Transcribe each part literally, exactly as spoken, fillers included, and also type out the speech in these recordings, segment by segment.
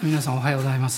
皆さんおはようございます。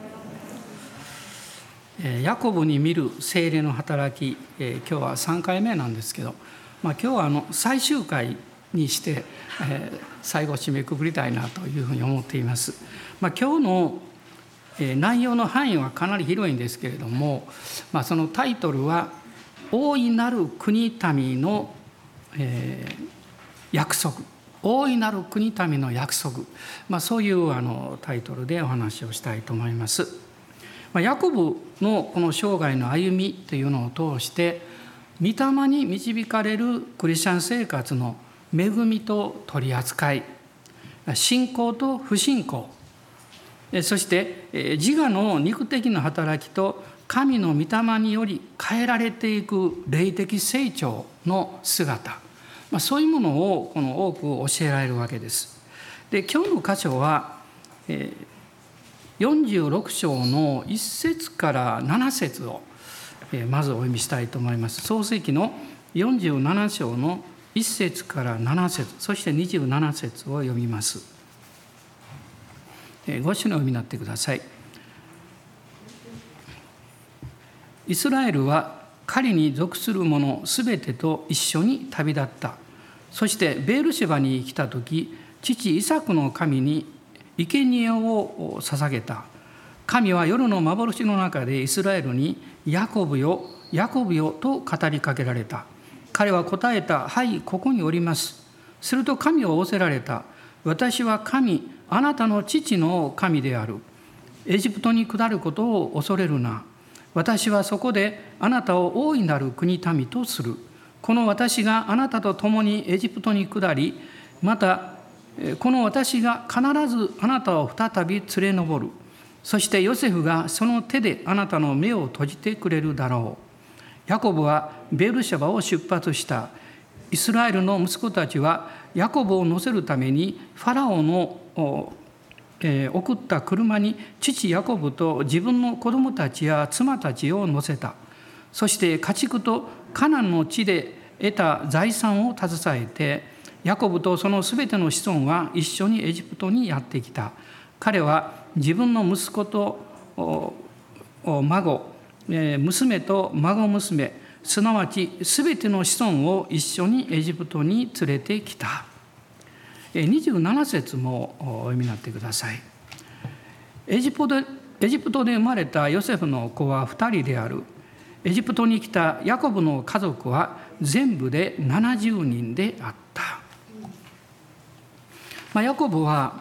ヤコブに見る聖霊の働き、今日はさんかいめなんですけど、まあ、今日はあの最終回にして、えー、最後締めくくりたいなというふうに思っています。まあ、今日の内容の範囲はかなり広いんですけれども、まあ、そのタイトルは大いなる国民の、えー、約束、大いなる国民の約束、まあ、そういうあのタイトルでお話をしたいと思います。まあ、ヤコブのこの生涯の歩みというのを通して御霊に導かれるクリスチャン生活の恵みと取り扱い、信仰と不信仰、そして自我の肉的な働きと神の御霊により変えられていく霊的成長の姿、まあ、そういうものをこの多く教えられるわけです。で、今日の箇所はよんじゅうろく章のいっ節からなな節をまずお読みしたいと思います。創世記のよんじゅうなな章のいっ節からなな節、そしてにじゅうなな節を読みます。ご一緒にお読みになってください。イスラエルは彼に属する者すべてと一緒に旅立った。そしてベールシェバに来たとき、父イサクの神に生贄を捧げた。神は夜の幻の中でイスラエルにヤコブよ、ヤコブよと語りかけられた。彼は答えた。はい、ここにおります。すると神は仰せられた。私は神、あなたの父の神である。エジプトに下ることを恐れるな。私はそこであなたを大いなる国民とする。この私があなたと共にエジプトに下り、またこの私が必ずあなたを再び連れ上る。そしてヨセフがその手であなたの目を閉じてくれるだろう。ヤコブはベールシェバを出発した。イスラエルの息子たちはヤコブを乗せるためにファラオのえー、送った車に父ヤコブと自分の子供たちや妻たちを乗せた。そして家畜とカナンの地で得た財産を携えて、ヤコブとそのすべての子孫は一緒にエジプトにやってきた。彼は自分の息子と孫、娘と孫娘、すなわちすべての子孫を一緒にエジプトに連れてきた。にじゅうなな節もお読みになってください。エジプトで、エジプトで生まれたヨセフの子はふたりである。エジプトに来たヤコブの家族は全部でななじゅうにんであった。まあ、ヤコブは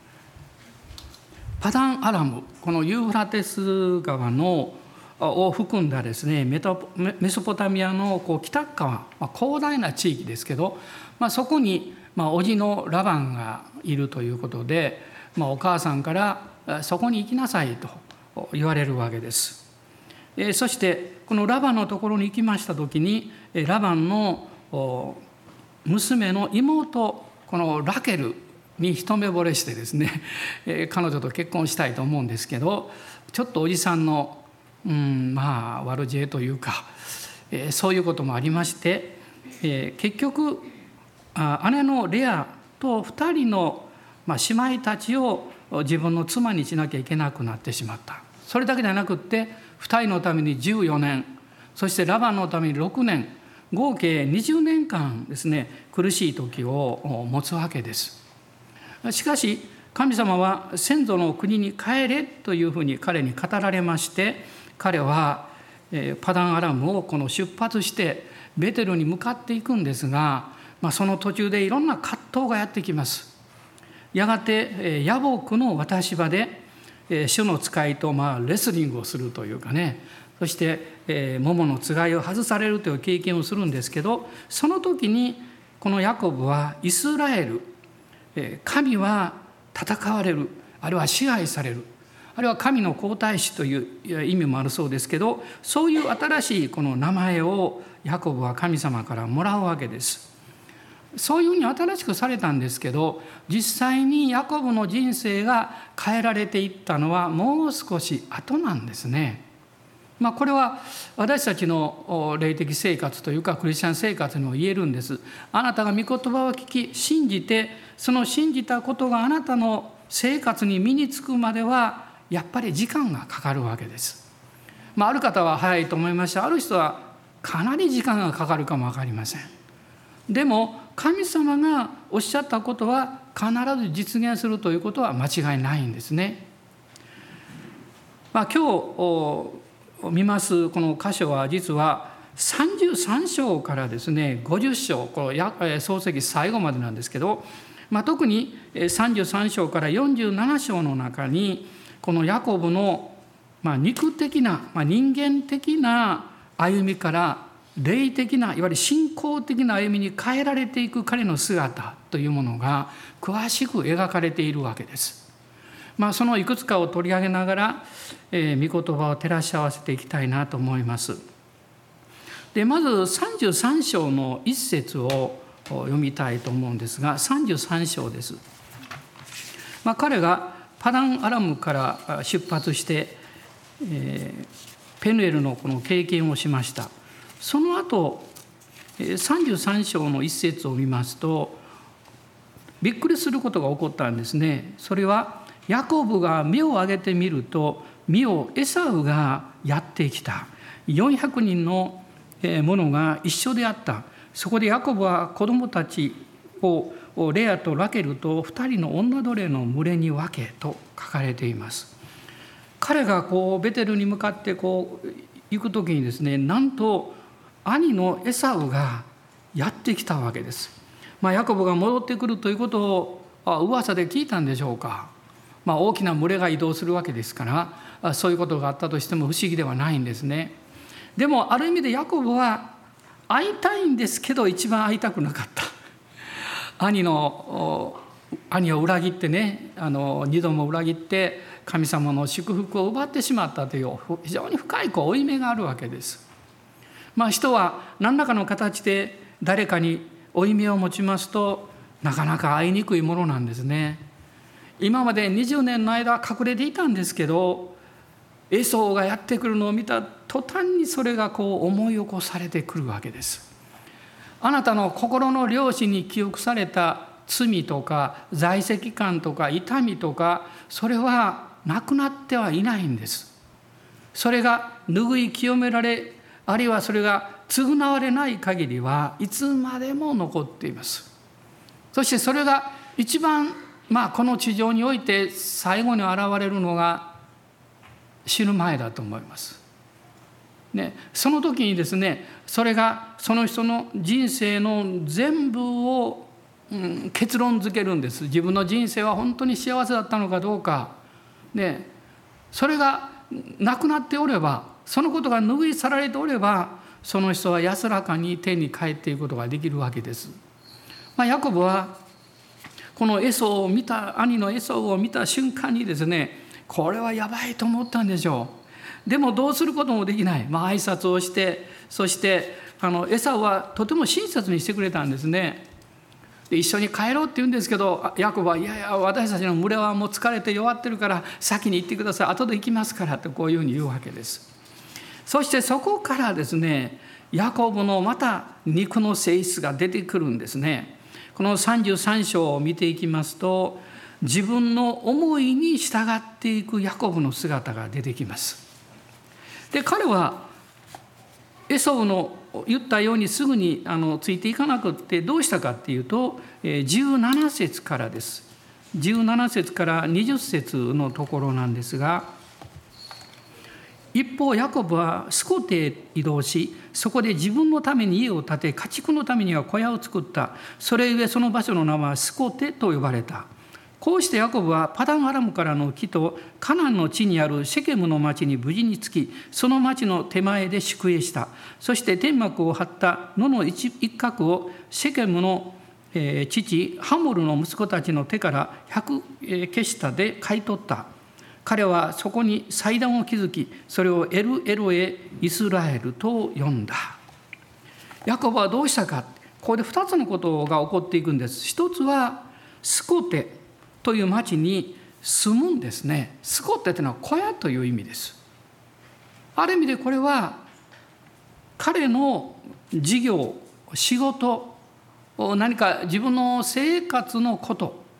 パダンアラム、このユーフラテス川のを含んだですね、メソポタミアのこう北側、まあ、広大な地域ですけど、まあ、そこにまあ、叔父のラバンがいるということで、まあ、お母さんからそこに行きなさいと言われるわけです。えそしてこのラバンのところに行きました時に、ラバンの娘の妹、このラケルに一目惚れしてですね、彼女と結婚したいと思うんですけど、ちょっとおじさんの、うん、まあ悪知恵というか、そういうこともありまして、結局姉のレアとふたりの姉妹たちを自分の妻にしなきゃいけなくなってしまった。それだけではなくってふたりのためにじゅうよねん、そしてラバンのためにろくねん、合計にじゅうねんかんですね、苦しい時を持つわけです。しかし神様は先祖の国に帰れというふうに彼に語られまして、彼はパダンアラムをこの出発してベテルに向かっていくんですが、まあ、その途中でいろんな葛藤がやってきます。やがてヤボクの渡し場で主の使いとまあレスリングをするというかね、そして桃のつがいを外されるという経験をするんですけど、その時にこのヤコブはイスラエル、神は戦われる、あるいは支配される、あるいは神の皇太子という意味もあるそうですけど、そういう新しいこの名前をヤコブは神様からもらうわけです。そういうふうに新しくされたんですけど、実際にヤコブの人生が変えられていったのはもう少し後なんですね。まあ、これは私たちの霊的生活というかクリスチャン生活にも言えるんです。あなたが御言葉を聞き信じて、その信じたことがあなたの生活に身につくまではやっぱり時間がかかるわけです。まあ、ある方は早いと思いました。ある人はかなり時間がかかるかも分かりません。でも神様がおっしゃったことは必ず実現するということは間違いないんですね。まあ、今日見ますこの箇所は実はさんじゅうさん章からですねごじゅっ章、この創世記最後までなんですけど、まあ、特にさんじゅうさん章からよんじゅうなな章の中にこのヤコブのまあ肉的な、まあ、人間的な歩みから霊的ないわゆる信仰的な歩みに変えられていく彼の姿というものが詳しく描かれているわけです。まあ、そのいくつかを取り上げながら、えー、御言葉を照らし合わせていきたいなと思います。でまずさんじゅうさん章の一節を読みたいと思うんですが、さんじゅうさん章です。まあ、彼がパダンアラムから出発して、えー、ペヌエルのこの経験をしました。その後さんじゅうさん章の一節を見ますとびっくりすることが起こったんですね。それはヤコブが目を上げてみると、見よエサウがやってきた。よんひゃくにんの者が一緒であった。そこでヤコブは子供たちをレアとラケルと二人の女奴隷の群れに分けと書かれています。彼がこうベテルに向かってこう行く時にですね、なんと兄のエサウがやってきたわけです。まあ、ヤコブが戻ってくるということをあ噂で聞いたんでしょうか。まあ、大きな群れが移動するわけですからそういうことがあったとしても不思議ではないんですね。でもある意味でヤコブは会いたいんですけど一番会いたくなかった。兄の兄を裏切ってね、あの二度も裏切って神様の祝福を奪ってしまったという非常に深いこう負い目があるわけです。まあ、人は何らかの形で誰かに負い目を持ちますとなかなか会いにくいものなんですね。今までにじゅうねんの間隠れていたんですけど、エソーがやってくるのを見た途端にそれがこう思い起こされてくるわけです。あなたの心の良心に記憶された罪とか在籍感とか痛みとか、それはなくなってはいないんです。それが拭い清められ、あるいはそれが償われない限りはいつまでも残っています。そしてそれが一番まあこの地上において最後に現れるのが死ぬ前だと思います。ね、その時にですね、それがその人の人生の全部を、うん、結論づけるんです。自分の人生は本当に幸せだったのかどうか、ね、それがなくなっておれば、そのことが拭い去られておれば、その人は安らかに天に帰っていくことができるわけです。まあ、ヤコブはこのエソを見た、兄のエソを見た瞬間にですね、これはやばいと思ったんでしょう。でもどうすることもできない。まあ、挨拶をして、そしてあのエサウはとても親切にしてくれたんですね。で一緒に帰ろうって言うんですけど、ヤコブはいやいや私たちの群れはもう疲れて弱ってるから先に行ってください、後で行きますからとこういうふうに言うわけです。そしてそこからですね、ヤコブのまた肉の性質が出てくるんですね。このさんじゅうさん章を見ていきますと、自分の思いに従っていくヤコブの姿が出てきます。で彼はエソウの言ったようにすぐにあのついていかなくってどうしたかっていうと、じゅうなな節からです。じゅうなな節からにじゅう節のところなんですが、一方ヤコブはスコテへ移動し、そこで自分のために家を建て、家畜のためには小屋を作った。それゆえその場所の名はスコテと呼ばれた。こうしてヤコブはパダンアラムからの木とカナンの地にあるシェケムの町に無事に着き、その町の手前で宿営した。そして天幕を張った野の一角をシェケムの父ハモルの息子たちの手から百ケシタで買い取った。彼はそこに祭壇を築き、それをエルエロエイスラエルと呼んだ。ヤコブはどうしたか。ここでふたつのことが起こっていくんです。一つはスコテという町に住むんですね。スコテというのは小屋という意味です。ある意味でこれは彼の事業、仕事、何か自分の生活のこと、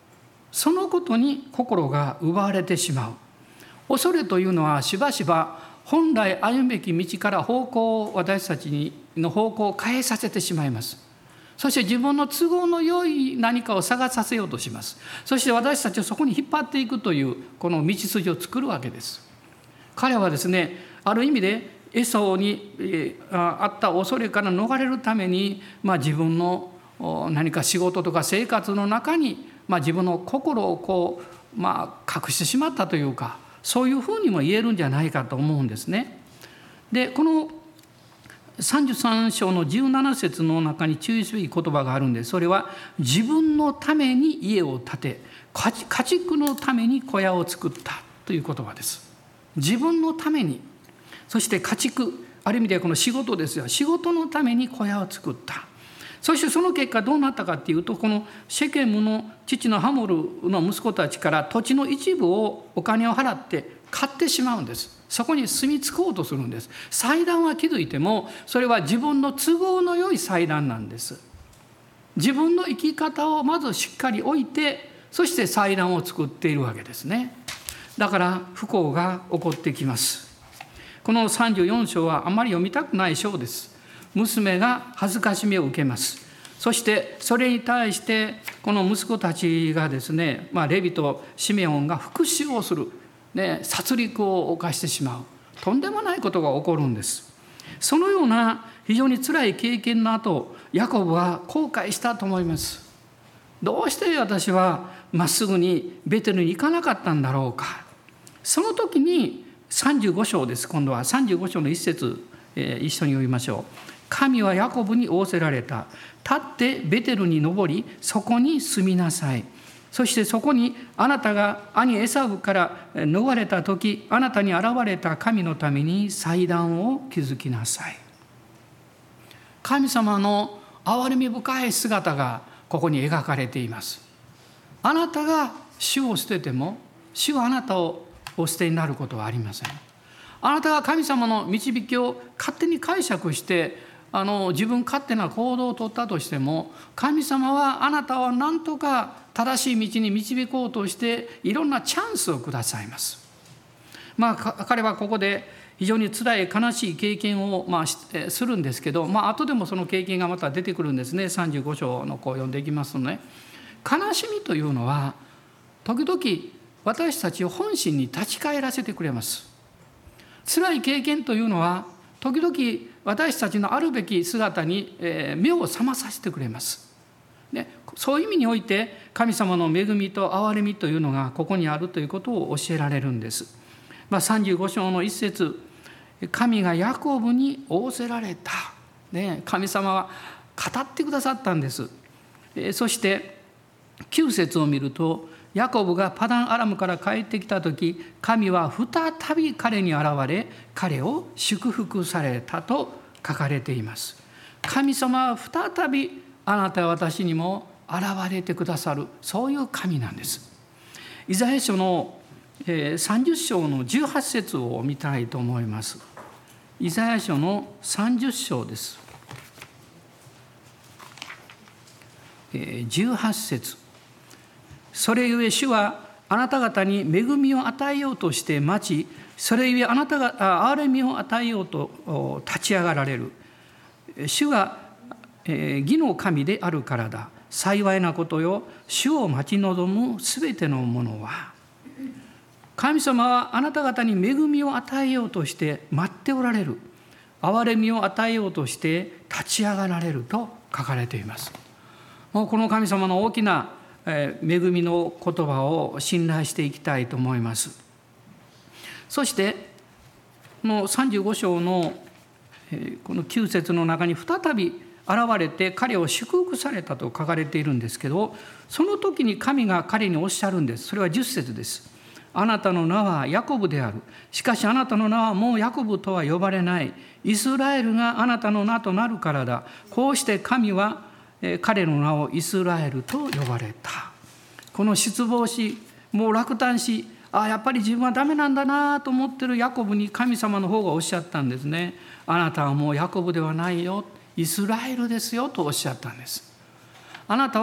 そのことに心が奪われてしまう。恐れというのはしばしば本来歩むべき道から方向を私たちの方向を変えさせてしまいます。そして自分の都合の良い何かを探させようとします。そして私たちをそこに引っ張っていくというこの道筋を作るわけです。彼はですね、ある意味でエサウにあった恐れから逃れるために、まあ、自分の何か仕事とか生活の中に、まあ、自分の心をこう、まあ、隠してしまったというか、そういうふうにも言えるんじゃないかと思うんですね。でこのさんじゅうさん章のじゅうなな節の中に注意すべき言葉があるんです。それは自分のために家を建て、家畜のために小屋を作ったという言葉です。自分のために、そして家畜、ある意味ではこの仕事ですよ。仕事のために小屋を作った。そしてその結果どうなったかっていうと、このシェケムの父のハモルの息子たちから土地の一部をお金を払って買ってしまうんです。そこに住み着こうとするんです。祭壇は築いてもそれは自分の都合の良い祭壇なんです。自分の生き方をまずしっかり置いて、そして祭壇を作っているわけですね。だから不幸が起こってきます。このさんじゅうよん章はあまり読みたくない章です。娘が恥ずかしめを受けます。そしてそれに対してこの息子たちがですね、まあ、レビとシメオンが復讐をする、ね、殺戮を犯してしまう、とんでもないことが起こるんです。そのような非常につらい経験の後、ヤコブは後悔したと思います。どうして私はまっすぐにベテルに行かなかったんだろうか。その時にさんじゅうご章です。今度はさんじゅうご章の一節、えー、一緒に読みましょう。神はヤコブに仰せられた。立ってベテルに登り、そこに住みなさい。そしてそこにあなたが兄エサウから逃れた時、あなたに現れた神のために祭壇を築きなさい。神様の憐れみ深い姿がここに描かれています。あなたが主を捨てても、主はあなたをお捨てになることはありません。あなたが神様の導きを勝手に解釈してあの自分勝手な行動を取ったとしても、神様はあなたを何とか正しい道に導こうとしていろんなチャンスをくださいます。まあ彼はここで非常につらい悲しい経験をまあするんですけど、まあ後でもその経験がまた出てくるんですね。さんじゅうご章のこう読んでいきますとね、悲しみというのは時々私たちを本心に立ち返らせてくれます。辛い経験というのは時々私たちのあるべき姿に目を覚まさせてくれます。でそういう意味において神様の恵みと憐れみというのがここにあるということを教えられるんです。まあ、さんじゅうご章の一節、神がヤコブに仰せられた、ね、神様は語ってくださったんです。そしてきゅう節を見ると、ヤコブがパダンアラムから帰ってきたとき、神は再び彼に現れ、彼を祝福されたと書かれています。神様は再びあなたや私にも現れてくださる、そういう神なんです。イザヤ書のさんじゅう章のじゅうはち節を見たいと思います。イザヤ書のさんじゅう章です。じゅうはち節。それゆえ主はあなた方に恵みを与えようとして待ち、それゆえあなたが憐れみを与えようと立ち上がられる。主は義の神であるからだ。幸いなことよ、主を待ち望むすべてのものは。神様はあなた方に恵みを与えようとして待っておられる。憐れみを与えようとして立ち上がられると書かれています。もうこの神様の大きな恵みの言葉を信頼していきたいと思います。そしてこのさんじゅうご章のこのきゅう節の中に再び現れて彼を祝福されたと書かれているんですけど、その時に神が彼におっしゃるんです。それはじゅっ節です。あなたの名はヤコブである。しかしあなたの名はもうヤコブとは呼ばれない。イスラエルがあなたの名となるからだ。こうして神は彼の名をイスラエルと呼ばれた。この失望し、もう落胆し、あやっぱり自分はダメなんだなと思ってるヤコブに神様の方がおっしゃったんですね。あなたはもうヤコブではないよ、イスラエルですよとおっしゃったんです。あなたは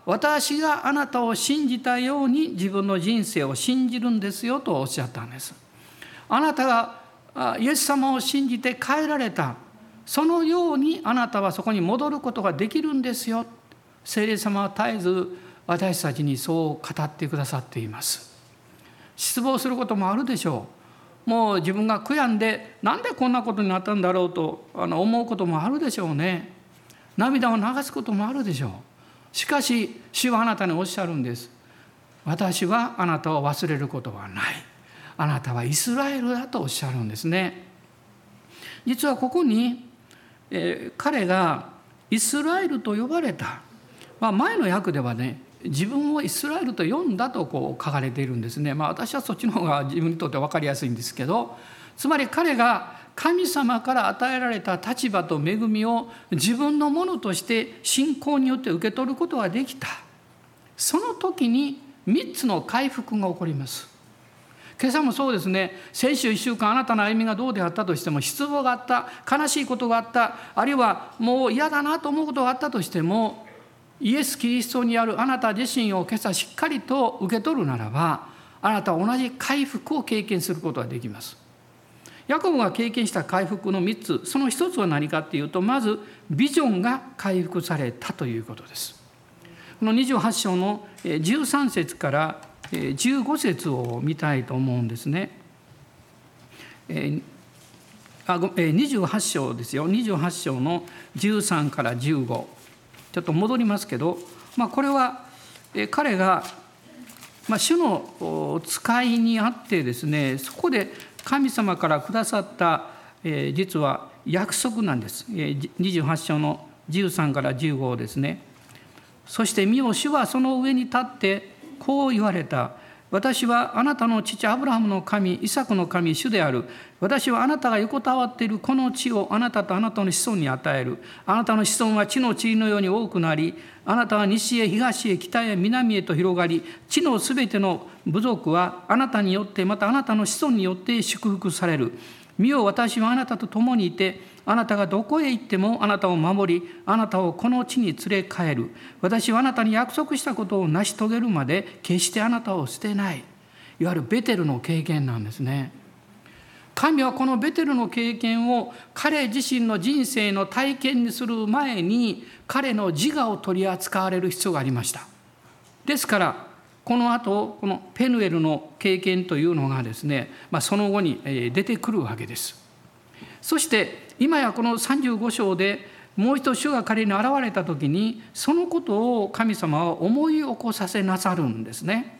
私があなたを信じたように自分の人生を信じるんですよとおっしゃったんです。あなたがイエス様を信じて帰られた、そのようにあなたはそこに戻ることができるんですよ。聖霊様は絶えず私たちにそう語ってくださっています。失望することもあるでしょう。もう自分が悔やんで、なんでこんなことになったんだろうと思うこともあるでしょうね。涙を流すこともあるでしょう。しかし主はあなたにおっしゃるんです。私はあなたを忘れることはない。あなたはイスラエルだとおっしゃるんですね。実はここに、えー、彼がイスラエルと呼ばれた、まあ、前の訳ではね、自分をイスラエルと呼んだとこう書かれているんですね。まあ、私はそっちの方が自分にとって分かりやすいんですけど、つまり彼が神様から与えられた立場と恵みを自分のものとして信仰によって受け取ることができた。その時にみっつの回復が起こります。今朝もそうですね。先週いっしゅうかんあなたの歩みがどうであったとしても、失望があった、悲しいことがあった、あるいはもう嫌だなと思うことがあったとしても、イエス・キリストにあるあなた自身を今朝しっかりと受け取るならば、あなたは同じ回復を経験することができます。ヤコブが経験した回復のみっつ、そのひとつは何かっていうと、まずビジョンが回復されたということです。このにじゅうはち章のじゅうさん節からじゅうご節を見たいと思うんですね。えあにじゅうはち章ですよ。にじゅうはち章のじゅうさんからじゅうご、ちょっと戻りますけど、まあ、これは彼が、まあ、主の使いにあってですね、そこで神様からくださった、えー、実は約束なんです。えー、にじゅうはち章のじゅうさんからじゅうごですね。そして見よ、主はその上に立ってこう言われた。私はあなたの父アブラハムの神、イサクの神、主である。私はあなたが横たわっているこの地をあなたとあなたの子孫に与える。あなたの子孫は地の塵のように多くなり、あなたは西へ東へ北へ南へと広がり、地のすべての部族はあなたによってまたあなたの子孫によって祝福される。見よ、私はあなたと共にいて、あなたがどこへ行ってもあなたを守り、あなたをこの地に連れ帰る。私はあなたに約束したことを成し遂げるまで決してあなたを捨てない。いわゆるベテルの経験なんですね。神はこのベテルの経験を彼自身の人生の体験にする前に、彼の自我を取り扱われる必要がありました。ですからこの後このペヌエルの経験というのがですね、まあ、その後に出てくるわけです。そして今やこのさんじゅうご章でもう一度主が彼に現れた時に、そのことを神様は思い起こさせなさるんですね。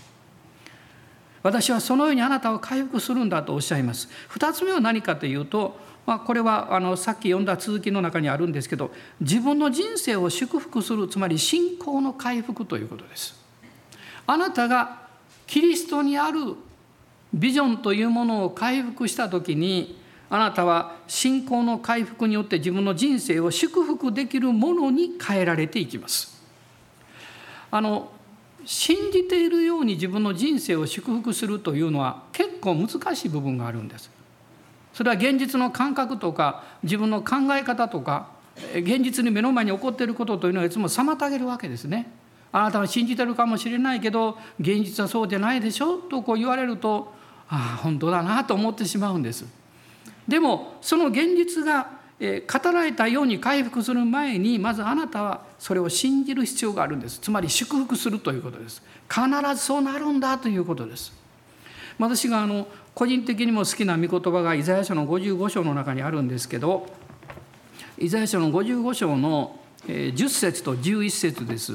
私はそのようにあなたを回復するんだとおっしゃいます。二つ目は何かというと、まあ、これはあのさっき読んだ続きの中にあるんですけど、自分の人生を祝福する、つまり信仰の回復ということです。あなたがキリストにあるビジョンというものを回復したときに、あなたは信仰の回復によって自分の人生を祝福できるものに変えられていきます。あの信じているように自分の人生を祝福するというのは結構難しい部分があるんです。それは現実の感覚とか自分の考え方とか現実に目の前に起こっていることというのはいつも妨げるわけですね。あなたは信じてるかもしれないけど現実はそうじゃないでしょとこう言われると、ああ本当だなと思ってしまうんです。でもその現実が語られたように回復する前に、まずあなたはそれを信じる必要があるんです。つまり祝福するということです。必ずそうなるんだということです。私があの個人的にも好きな御言葉がイザヤ書のごじゅうご章の中にあるんですけど、イザヤ書のごじゅうご章のじゅっ節とじゅういち節です。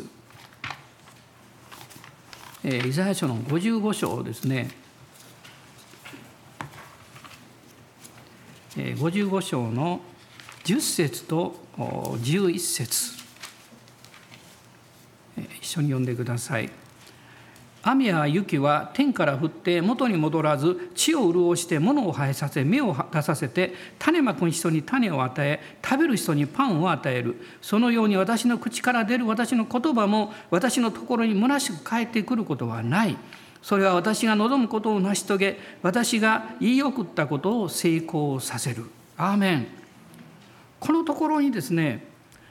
イザヤ書のごじゅうご章ですね。ごじゅうご章のじゅっ節とじゅういち節、一緒に読んでください。雨や雪は天から降って元に戻らず、地を潤して物を生えさせ、芽を出させて、種まく人に種を与え、食べる人にパンを与える。そのように私の口から出る私の言葉も私のところに虚しく返ってくることはない。それは私が望むことを成し遂げ、私が言い送ったことを成功させる。アーメン。このところにですね、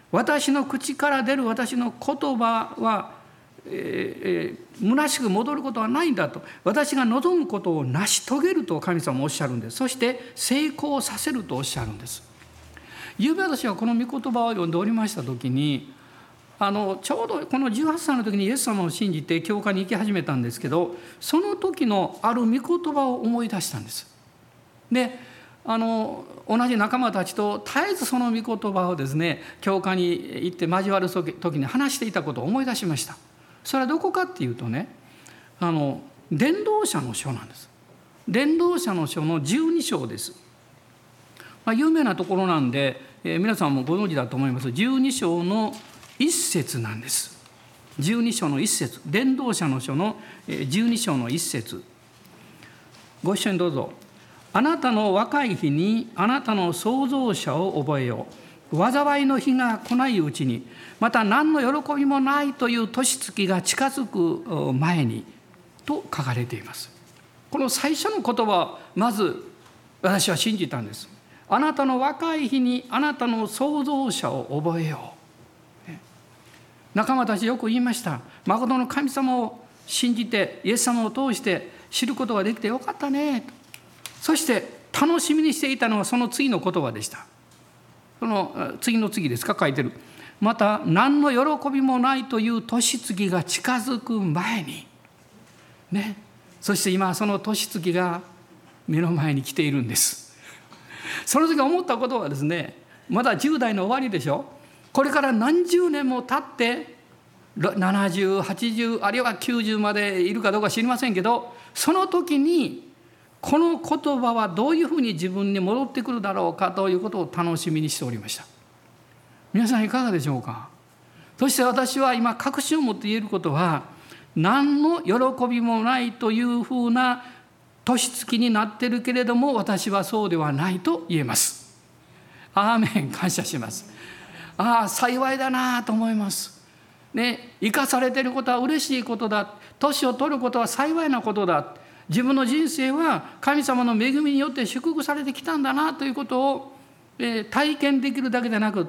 私の口から出る私の言葉は、えー、虚しく戻ることはないんだと、私が望むことを成し遂げると神様おっしゃるんです。そして成功させるとおっしゃるんです。ゆうべ私はこの御言葉を読んでおりました時に、あのちょうどこのじゅうはっさいの時にイエス様を信じて教会に行き始めたんですけど、その時のある御言葉を思い出したんです。であの同じ仲間たちと絶えずその御言葉をですね、教会に行って交わる時に話していたことを思い出しました。それはどこかっていうとね、あの伝道者の書なんです。伝道者の書のじゅうに章です。まあ、有名なところなんで、えー、皆さんもご存知だと思います。じゅうに章の一節なんです。じゅうに章の一節、伝道者の書のじゅうに章の一節、ご一緒にどうぞ。あなたの若い日にあなたの創造者を覚えよう。災いの日が来ないうちに、また何の喜びもないという年月が近づく前にと書かれています。この最初の言葉、まず私は信じたんです。あなたの若い日にあなたの創造者を覚えよう。仲間たちよく言いました。誠の神様を信じてイエス様を通して知ることができてよかったね。そして楽しみにしていたのはその次の言葉でした。その次の次ですか、書いてる。また何の喜びもないという年月が近づく前にね。そして今その年月が目の前に来ているんです。その時思ったことはですね、まだじゅう代の終わりでしょ。これから何十年も経ってななじゅう、はちじゅうあるいはきゅうじゅうまでいるかどうか知りませんけど、その時にこの言葉はどういうふうに自分に戻ってくるだろうかということを楽しみにしておりました。皆さんいかがでしょうか。そして私は今確信を持って言えることは、何の喜びもないというふうな年月になっているけれども、私はそうではないと言えます。アーメン、感謝します。ああ、幸いだなと思いますね。生かされていることは嬉しいことだ。年を取ることは幸いなことだ。自分の人生は神様の恵みによって祝福されてきたんだなということを、えー、体験できるだけでなくって、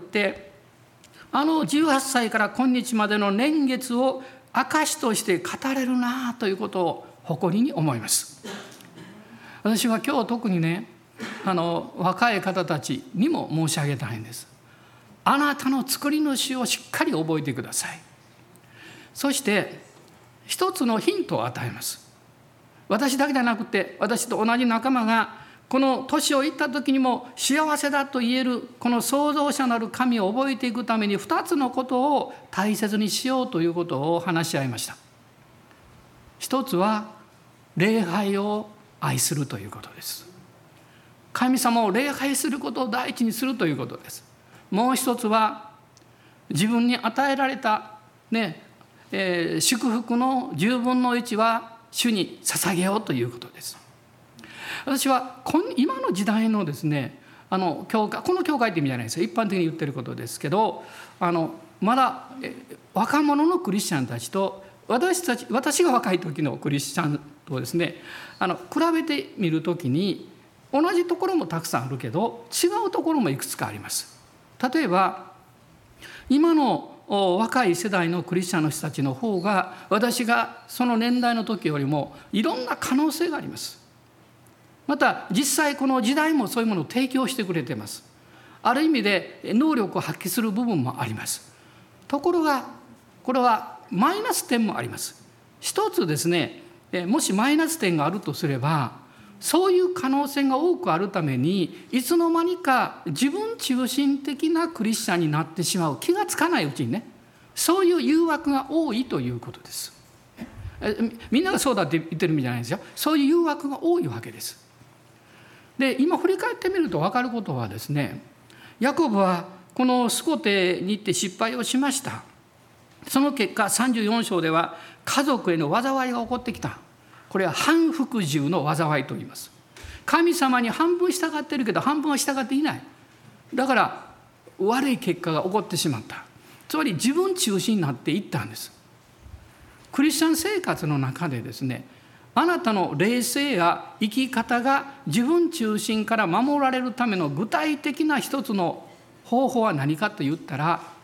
あのじゅうはっさいから今日までの年月を証として語れるなということを誇りに思います。私は今日特にね、あの若い方たちにも申し上げたいんです。あなたの作り主をしっかり覚えてください。そして一つのヒントを与えます。私だけじゃなくて、私と同じ仲間がこの年をいった時にも幸せだと言えるこの創造者なる神を覚えていくために二つのことを大切にしようということを話し合いました。一つは礼拝を愛するということです。神様を礼拝することを第一にするということです。もう一つは自分に与えられた、ねえー、祝福のじゅうぶんのいちは主に捧げようということです。私は今の時代のですね、あの教会、この教会って意味じゃないですよ。一般的に言ってることですけど、あのまだ若者のクリスチャンたちと私たち、私が若い時のクリスチャンとですね、あの比べてみるときに同じところもたくさんあるけど違うところもいくつかあります。例えば今の若い世代のクリスチャンの人たちの方が、私がその年代の時よりもいろんな可能性があります。また実際この時代もそういうものを提供してくれています。ある意味で能力を発揮する部分もあります。ところがこれはマイナス点もあります。一つですね、もしマイナス点があるとすれば、そういう可能性が多くあるためにいつの間にか自分中心的なクリスチャンになってしまう、気がつかないうちにね、そういう誘惑が多いということです。みんながそうだって言ってる意味じゃないですよ。そういう誘惑が多いわけです。で今振り返ってみると分かることはですね、ヤコブはこのスコテに行って失敗をしました。その結果さんじゅうよん章では家族への災いが起こってきた。これは反服従の災いと言います。神様に半分従ってるけど半分は従っていない。だから悪い結果が起こってしまった。つまり自分中心になっていったんです。クリスチャン生活の中でですね、あなたの霊性や生き方が自分中心から守られるための具体的な一つの方法は何かと言ったら、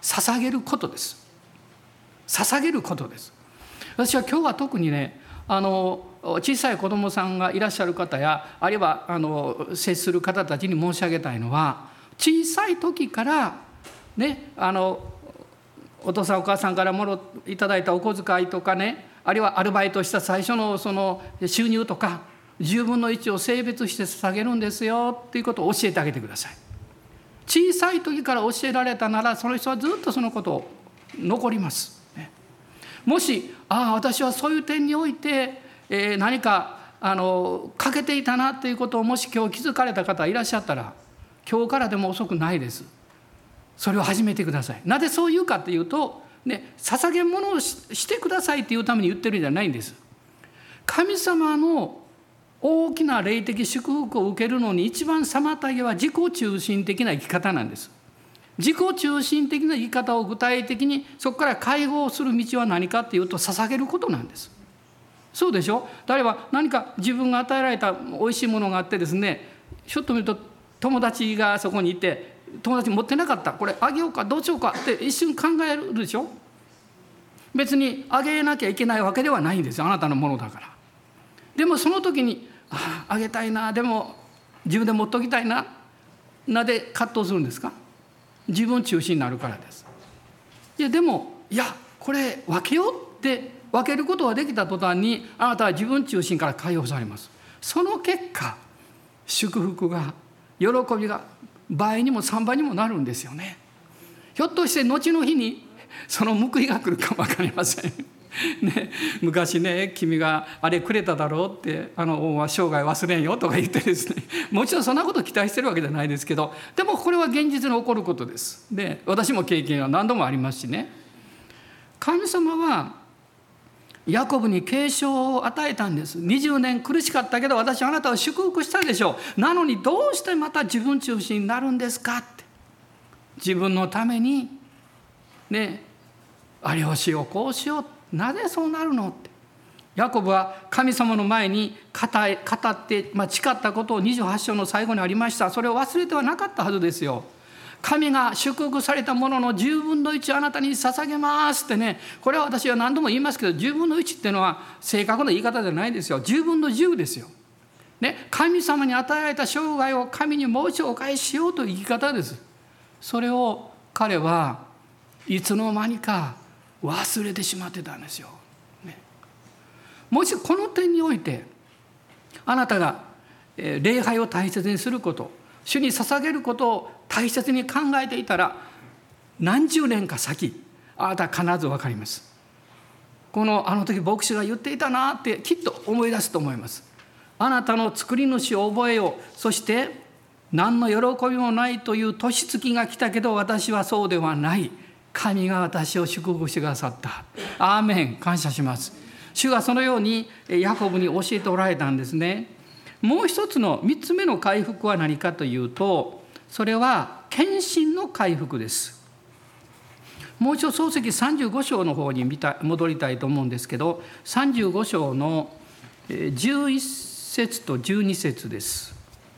捧げることです。捧げることです。私は今日は特にね、あの小さい子どもさんがいらっしゃる方や、あるいはあの接する方たちに申し上げたいのは、小さい時からね、あのお父さんお母さんからもろいただいたお小遣いとかね、あるいはアルバイトした最初のその収入とかじゅうぶんのいちを性別して捧げるんですよっていうことを教えてあげてください。小さい時から教えられたなら、その人はずっとそのことを残ります、ね、もしああ私はそういう点において、えー、何かあの欠けていたなということをもし今日気づかれた方いらっしゃったら、今日からでも遅くないです。それを始めてください。なぜそう言うかというと、ね、捧げ物を し, してくださいというために言ってるんじゃないんです。神様の大きな霊的祝福を受けるのに一番妨げは自己中心的な生き方なんです。自己中心的な生き方を具体的にそこから解放する道は何かというと、捧げることなんです。そうでしょ。例えば何か自分が与えられたおいしいものがあってですね、ちょっと見ると友達がそこにいて、友達持ってなかった、これあげようかどうしようかって一瞬考えるでしょ。別にあげなきゃいけないわけではないんですよ、あなたのものだから。でもその時に あ, あげたいな、でも自分で持っときたいな、なぜ葛藤するんですか。自分中心になるからです。いやでもいやこれ分けようって分けることができた途端に、あなたは自分中心から解放されます。その結果祝福が喜びが倍にもさんばいにもなるんですよね。ひょっとして後の日にその報いが来るかも分かりませんね、昔ね、君があれくれただろうって、あの恩は生涯忘れんよとか言ってですね、もちろんそんなことを期待してるわけじゃないですけど、でもこれは現実に起こることです。で、私も経験は何度もありますしね。神様はヤコブに継承を与えたんです。にじゅうねん苦しかったけど私はあなたを祝福したでしょう。なのにどうしてまた自分中心になるんですかって。自分のためにね、あれをしようこうしよう、なぜそうなるのって。ヤコブは神様の前に語って、まあ、誓ったことをにじゅうはち章の最後にありました。それを忘れてはなかったはずですよ。神が祝福されたもののじゅうぶんのいちあなたに捧げますってね。これは私は何度も言いますけど、じゅうぶんのいちっていうのは正確な言い方じゃないですよ。じゅうぶんのじゅうですよ、ね、神様に与えられた生涯を神にもう一度お返ししようという生き方です。それを彼はいつの間にか忘れてしまってたんですよ、ね、もしこの点においてあなたが礼拝を大切にすること、主に捧げることを大切に考えていたら、何十年か先あなたは必ず分かります。このあの時牧師が言っていたなってきっと思い出すと思います。あなたの作り主を覚えよう、そして何の喜びもないという年月が来たけど私はそうではない、神が私を祝福してくださった。アーメン、感謝します。主がそのようにヤコブに教えておられたんですね。もう一つの三つ目の回復は何かというと、それは献身の回復です。もう一度創世記さんじゅうご章の方に見た戻りたいと思うんですけど、さんじゅうご章のじゅういっ節とじゅうに節です。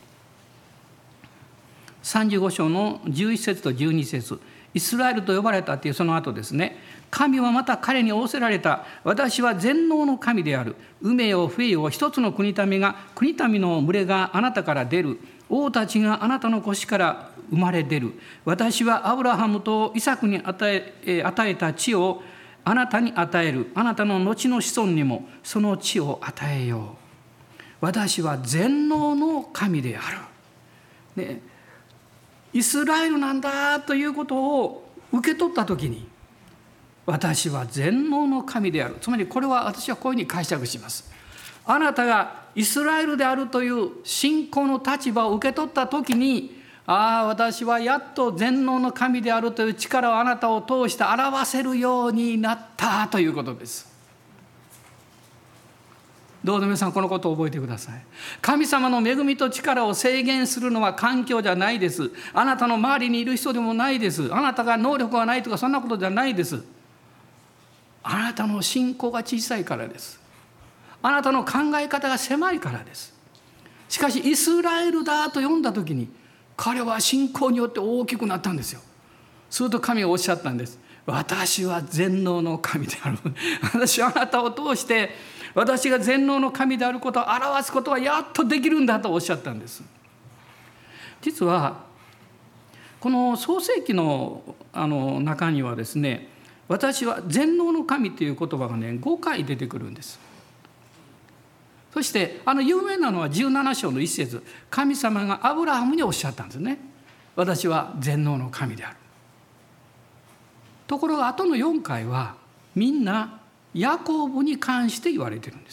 さんじゅうご章のじゅういっ節とじゅうに節、イスラエルと呼ばれたというその後ですね。神はまた彼に仰せられた。私は全能の神である。海よ冬よ、一つの国民が国民の群れがあなたから出る。王たちがあなたの腰から生まれ出る。私はアブラハムとイサクに与え、与えた地をあなたに与える。あなたの後の子孫にもその地を与えよう。私は全能の神である、ね、イスラエルなんだということを受け取ったときに、私は全能の神である。つまりこれは私はこういうふうに解釈します。あなたがイスラエルであるという信仰の立場を受け取ったときに、ああ私はやっと全能の神であるという力をあなたを通して表せるようになったということです。どうぞ皆さんこのことを覚えてください。神様の恵みと力を制限するのは環境じゃないです。あなたの周りにいる人でもないです。あなたが能力がないとかそんなことじゃないです。あなたの信仰が小さいからです。あなたの考え方が狭いからです。しかしイスラエルだと呼んだ時に彼は信仰によって大きくなったんですよ。 すると神はおっしゃったんです。私は全能の神である。私はあなたを通して私が全能の神であることを表すことはやっとできるんだとおっしゃったんです。実はこの創世記のあの中にはですね、私は全能の神という言葉がねごかい出てくるんです。そしてあの有名なのはじゅうなな章の一節、神様がアブラハムにおっしゃったんですね。私は全能の神である。ところがあとのよんかいはみんなヤコブに関して言われているんです。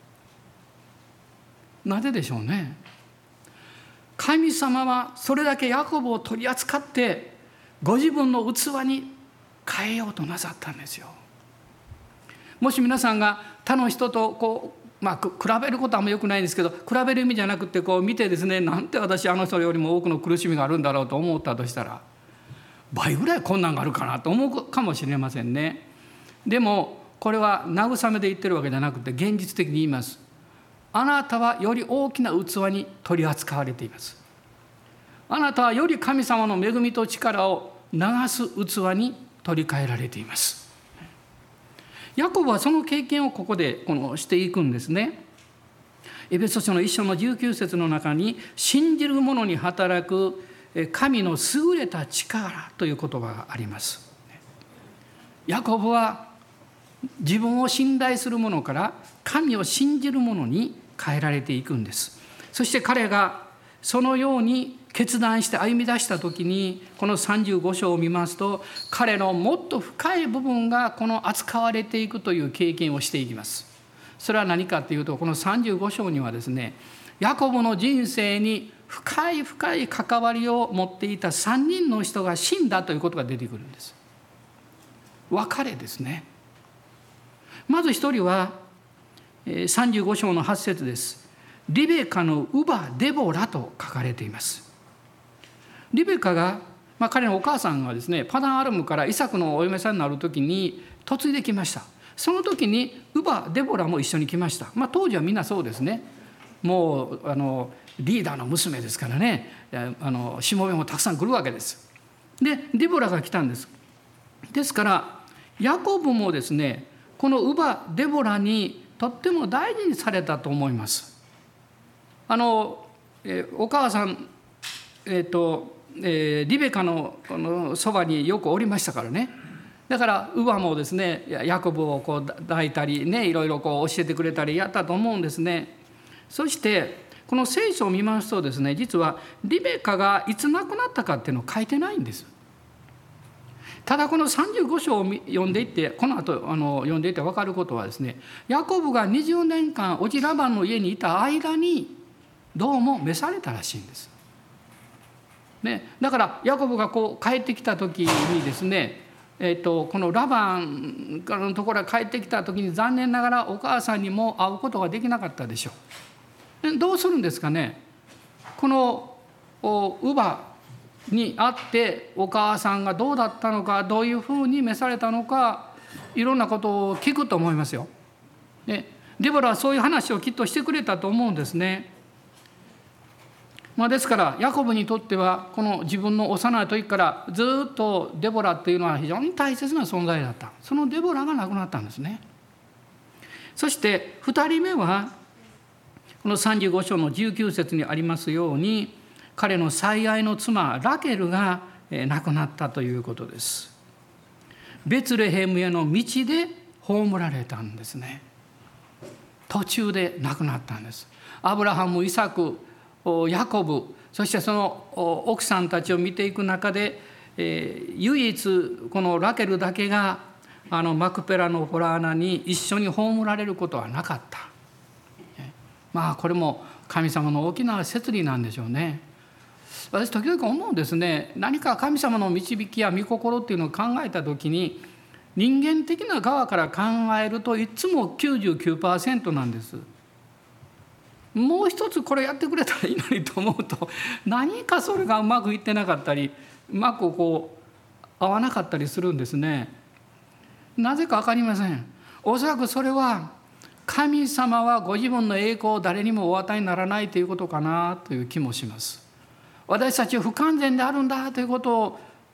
なぜでしょうね。神様はそれだけヤコブを取り扱ってご自分の器に変えようとなさったんですよ。もし皆さんが他の人とこう、まあ、比べることはあんまよくないんですけど、比べる意味じゃなくてこう見てですね、なんて私あの人よりも多くの苦しみがあるんだろうと思ったとしたら、倍ぐらい困難があるかなと思うかもしれませんね。でもこれは慰めで言ってるわけじゃなくて現実的に言います。あなたはより大きな器に取り扱われています。あなたはより神様の恵みと力を流す器に取り替えられています。ヤコブはその経験をここでこのしていくんですね。エペソ書の一章のじゅうきゅう節の中に、信じる者に働く神の優れた力という言葉があります。ヤコブは自分を信頼する者から神を信じる者に変えられていくんです。そして彼がそのように決断して歩み出した時に、このさんじゅうご章を見ますと、彼のもっと深い部分がこの扱われていくという経験をしていきます。それは何かというと、このさんじゅうご章にはですね、ヤコブの人生に深い深い関わりを持っていたさんにんの人が死んだということが出てくるんです。別れですね。まず一人はさんじゅうご章のはち節です。リベカの乳母デボラと書かれています。リベカが、まあ、彼のお母さんがですね、パダンアラムからイサクのお嫁さんになる時に嫁いできました。その時に乳母デボラも一緒に来ました。まあ、当時はみんなそうですね。もうあのリーダーの娘ですからね、あのしもべもたくさん来るわけです。でデボラが来たんです。ですからヤコブもですね、この乳母デボラにとっても大事にされたと思います。あの、えー、お母さん、えーとえー、リベカのこのそばによくおりましたからね。だから乳母もですね、ヤコブをこう抱いたりね、いろいろこう教えてくれたりやったと思うんですね。そしてこの聖書を見ますとですね、実はリベカがいつ亡くなったかっていうのを書いてないんです。ただこのさんじゅうご章を読んでいって、この後あの読んでいって分かることはですね、ヤコブがにじゅうねんかんおじラバンの家にいた間にどうも召されたらしいんです、ね、だからヤコブがこう帰ってきた時にですね、えー、とこのラバンのところから帰ってきた時に残念ながらお母さんにも会うことができなかったでしょう。でどうするんですかね。この乳母に会ってお母さんがどうだったのか、どういうふうに召されたのか、いろんなことを聞くと思いますよ。でデボラはそういう話をきっとしてくれたと思うんですね。まあ、ですからヤコブにとってはこの自分の幼い時からずっとデボラっていうのは非常に大切な存在だった。そのデボラが亡くなったんですね。そしてふたりめはこのさんじゅうご章のじゅうきゅう節にありますように、彼の最愛の妻ラケルが亡くなったということです。ベツレヘムへの道で葬られたんですね。途中で亡くなったんです。アブラハム、イサク、ヤコブ、そしてその奥さんたちを見ていく中で、えー、唯一このラケルだけがあのマクペラの洞穴に一緒に葬られることはなかった。まあこれも神様の大きな摂理なんでしょうね。私時々思うんですね。何か神様の導きや御心っていうのを考えた時に、人間的な側から考えるといつも きゅうじゅうきゅうパーセント なんです。もう一つこれやってくれたらいいのにと思うと、何かそれがうまくいってなかったり、うまくこう合わなかったりするんですね。なぜか分かりません。おそらくそれは神様はご自分の栄光を誰にもお与えにならないということかなという気もします。私たちは不完全であるんだということを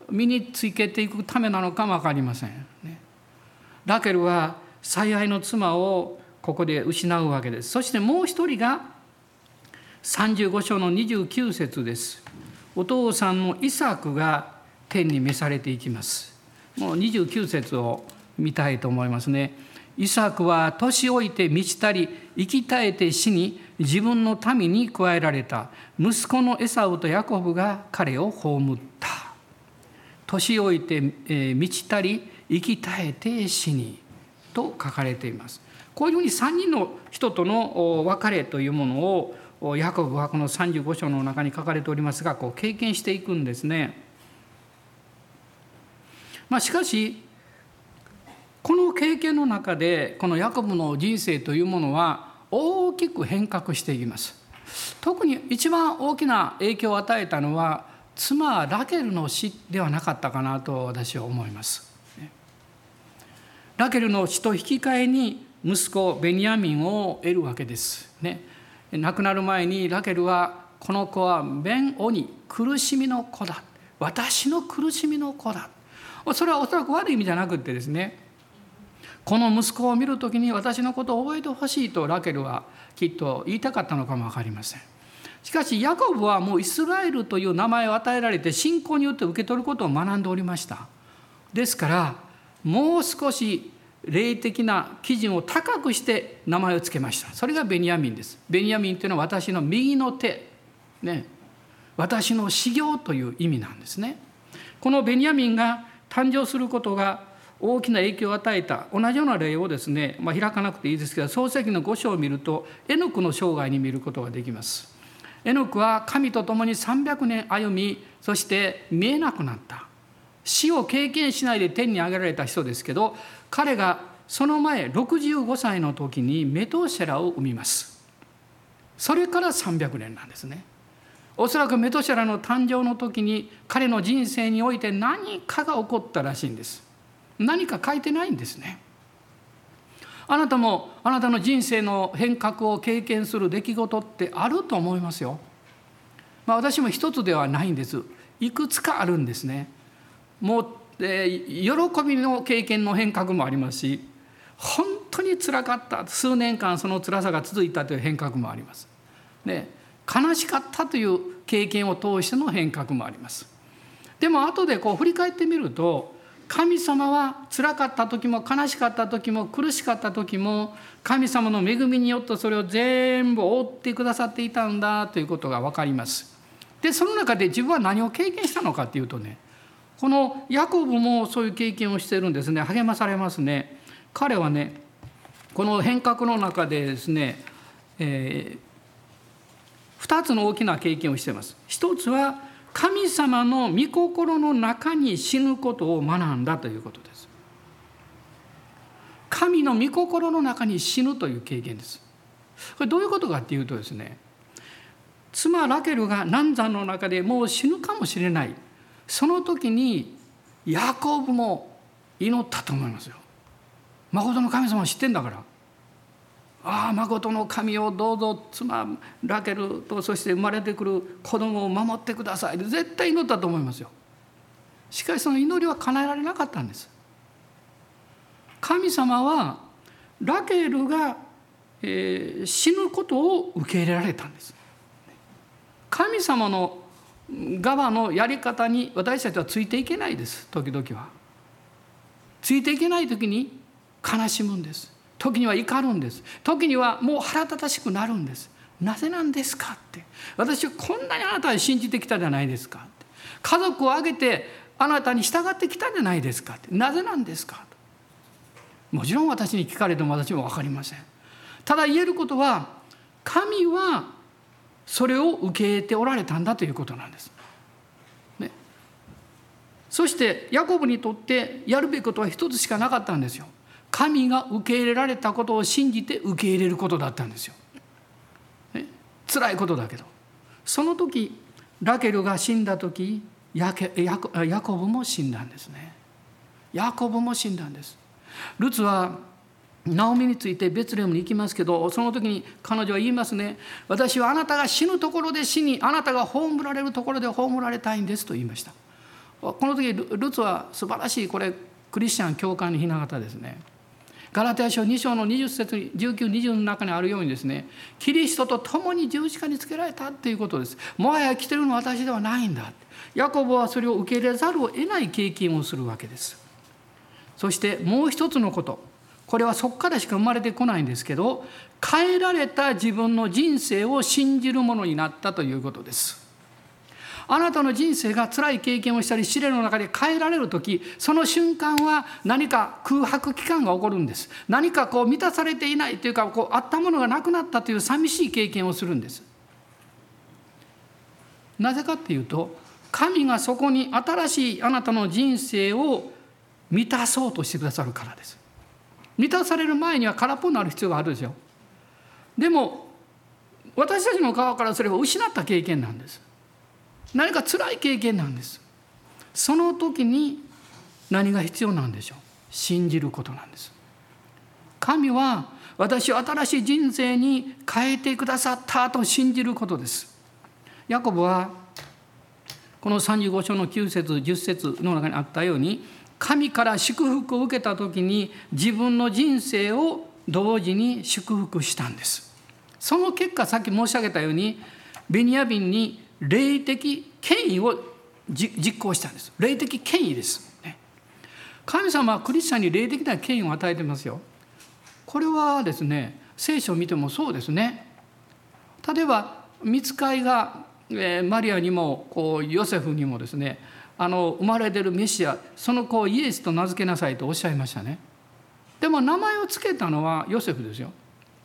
身につけていくためなのかも分かりませんね。ラケルは最愛の妻をここで失うわけです。そしてもう一人がさんじゅうご章のにじゅうきゅう節です。お父さんのイサクが天に召されていきます。もうにじゅうきゅう節を見たいと思いますね。イサクは年老いて満ちたり生き絶えて死に自分の民に加えられた。息子のエサウとヤコブが彼を葬った。年老いて満ちたり生き絶えて死にと書かれています。こういうふうにさんにんの人との別れというものをヤコブはこのさんじゅうご章の中に書かれておりますが、こう経験していくんですね。まあ、しかしこの経験の中でこのヤコブの人生というものは大きく変革していきます。特に一番大きな影響を与えたのは妻ラケルの死ではなかったかなと私は思います。ラケルの死と引き換えに息子ベニヤミンを得るわけですね。亡くなる前にラケルはこの子はベンオニ、苦しみの子だ、私の苦しみの子だ。それはおそらく悪い意味じゃなくってですね、この息子を見るときに私のことを覚えてほしいとラケルはきっと言いたかったのかも分かりません。しかしヤコブはもうイスラエルという名前を与えられて信仰によって受け取ることを学んでおりました。ですからもう少し霊的な基準を高くして名前を付けました。それがベニヤミンです。ベニヤミンというのは私の右の手、ね、私の修行という意味なんですね。このベニヤミンが誕生することが大きな影響を与えた同じような例をですね、まあ、開かなくていいですけど創世記のご章を見るとエノクの生涯に見ることができます。エノクは神と共にさんびゃくねん歩み、そして見えなくなった、死を経験しないで天に上げられた人ですけど、彼がその前ろくじゅうごさいの時にメトシェラを産みます。それからさんびゃくねんなんですね。おそらくメトシェラの誕生の時に彼の人生において何かが起こったらしいんです。何か書いてないんですね。あなたもあなたの人生の変革を経験する出来事ってあると思いますよ。まあ、私も一つではないんです。いくつかあるんですね。もう、えー、喜びの経験の変革もありますし、本当につらかった数年間その辛さが続いたという変革もあります。で、悲しかったという経験を通しての変革もあります。でも後でこう振り返ってみると、神様は辛かった時も悲しかった時も苦しかった時も神様の恵みによってそれを全部覆ってくださっていたんだということが分かります。でその中で自分は何を経験したのかというとね、このヤコブもそういう経験をしているんですね。励まされますね。彼はね、この変革の中でですね、えー、ふたつの大きな経験をしています。一つは神様の御心の中に死ぬことを学んだということです。神の御心の中に死ぬという経験です。これどういうことかっていうとですね、妻ラケルが難産の中でもう死ぬかもしれない、その時にヤコブも祈ったと思いますよ。誠の神様を知ってんだから、ああ誠の神をどうぞ妻ラケルとそして生まれてくる子供を守ってくださいって絶対祈ったと思いますよ。しかしその祈りは叶えられなかったんです。神様はラケルが、えー、死ぬことを受け入れられたんです。神様の側のやり方に私たちはついていけないです。時々はついていけない時に悲しむんです。時には怒るんです。時にはもう腹立たしくなるんです。なぜなんですかって、私はこんなにあなたに信じてきたじゃないですかって、家族を挙げてあなたに従ってきたじゃないですかって、なぜなんですかと。もちろん私に聞かれても私も分かりません。ただ言えることは、神はそれを受け入れておられたんだということなんです、ね、そしてヤコブにとってやるべきことは一つしかなかったんですよ。神が受け入れられたことを信じて受け入れることだったんですよ、ね、辛いことだけど。その時ラケルが死んだ時、ヤケヤコヤコブも死んだんですね。ヤコブも死んだんです。ルツはナオミについてベツレヘムに行きますけど、その時に彼女は言いますね。私はあなたが死ぬところで死に、あなたが葬られるところで葬られたいんですと言いました。 この時ルツは素晴らしいこれクリスチャン教会の雛形ですね。ガラテヤ書に章のにじゅっ節じゅうきゅう、にじゅうの中にあるようにですね、キリストと共に十字架につけられたということです。もはや生きてるのは私ではないんだ。ヤコブはそれを受け入れざるを得ない経験をするわけです。そしてもう一つのこと、これはそこからしか生まれてこないんですけど、変えられた自分の人生を信じるものになったということです。あなたの人生が辛い経験をしたり試練の中で変えられるとき、その瞬間は何か空白期間が起こるんです。何かこう満たされていないというか、こうあったものがなくなったという寂しい経験をするんです。なぜかっていうと、神がそこに新しいあなたの人生を満たそうとしてくださるからです。満たされる前には空っぽになる必要があるでしょ。でも私たちの側からすれば失った経験なんです。何か辛い経験なんです。その時に何が必要なんでしょう。信じることなんです。神は私を新しい人生に変えてくださったと信じることです。ヤコブはこのさんじゅうご章のきゅう節じゅっ節の中にあったように、神から祝福を受けた時に自分の人生を同時に祝福したんです。その結果、さっき申し上げたようにベニヤミンに霊的権威を実行したんです。霊的権威です。神様はクリスチャンに霊的な権威を与えてますよ。これはですね、聖書を見てもそうですね。例えば御使いがマリアにもこうヨセフにもですね、あの生まれてるメシア、その子をイエスと名付けなさいとおっしゃいましたね。でも名前を付けたのはヨセフですよ。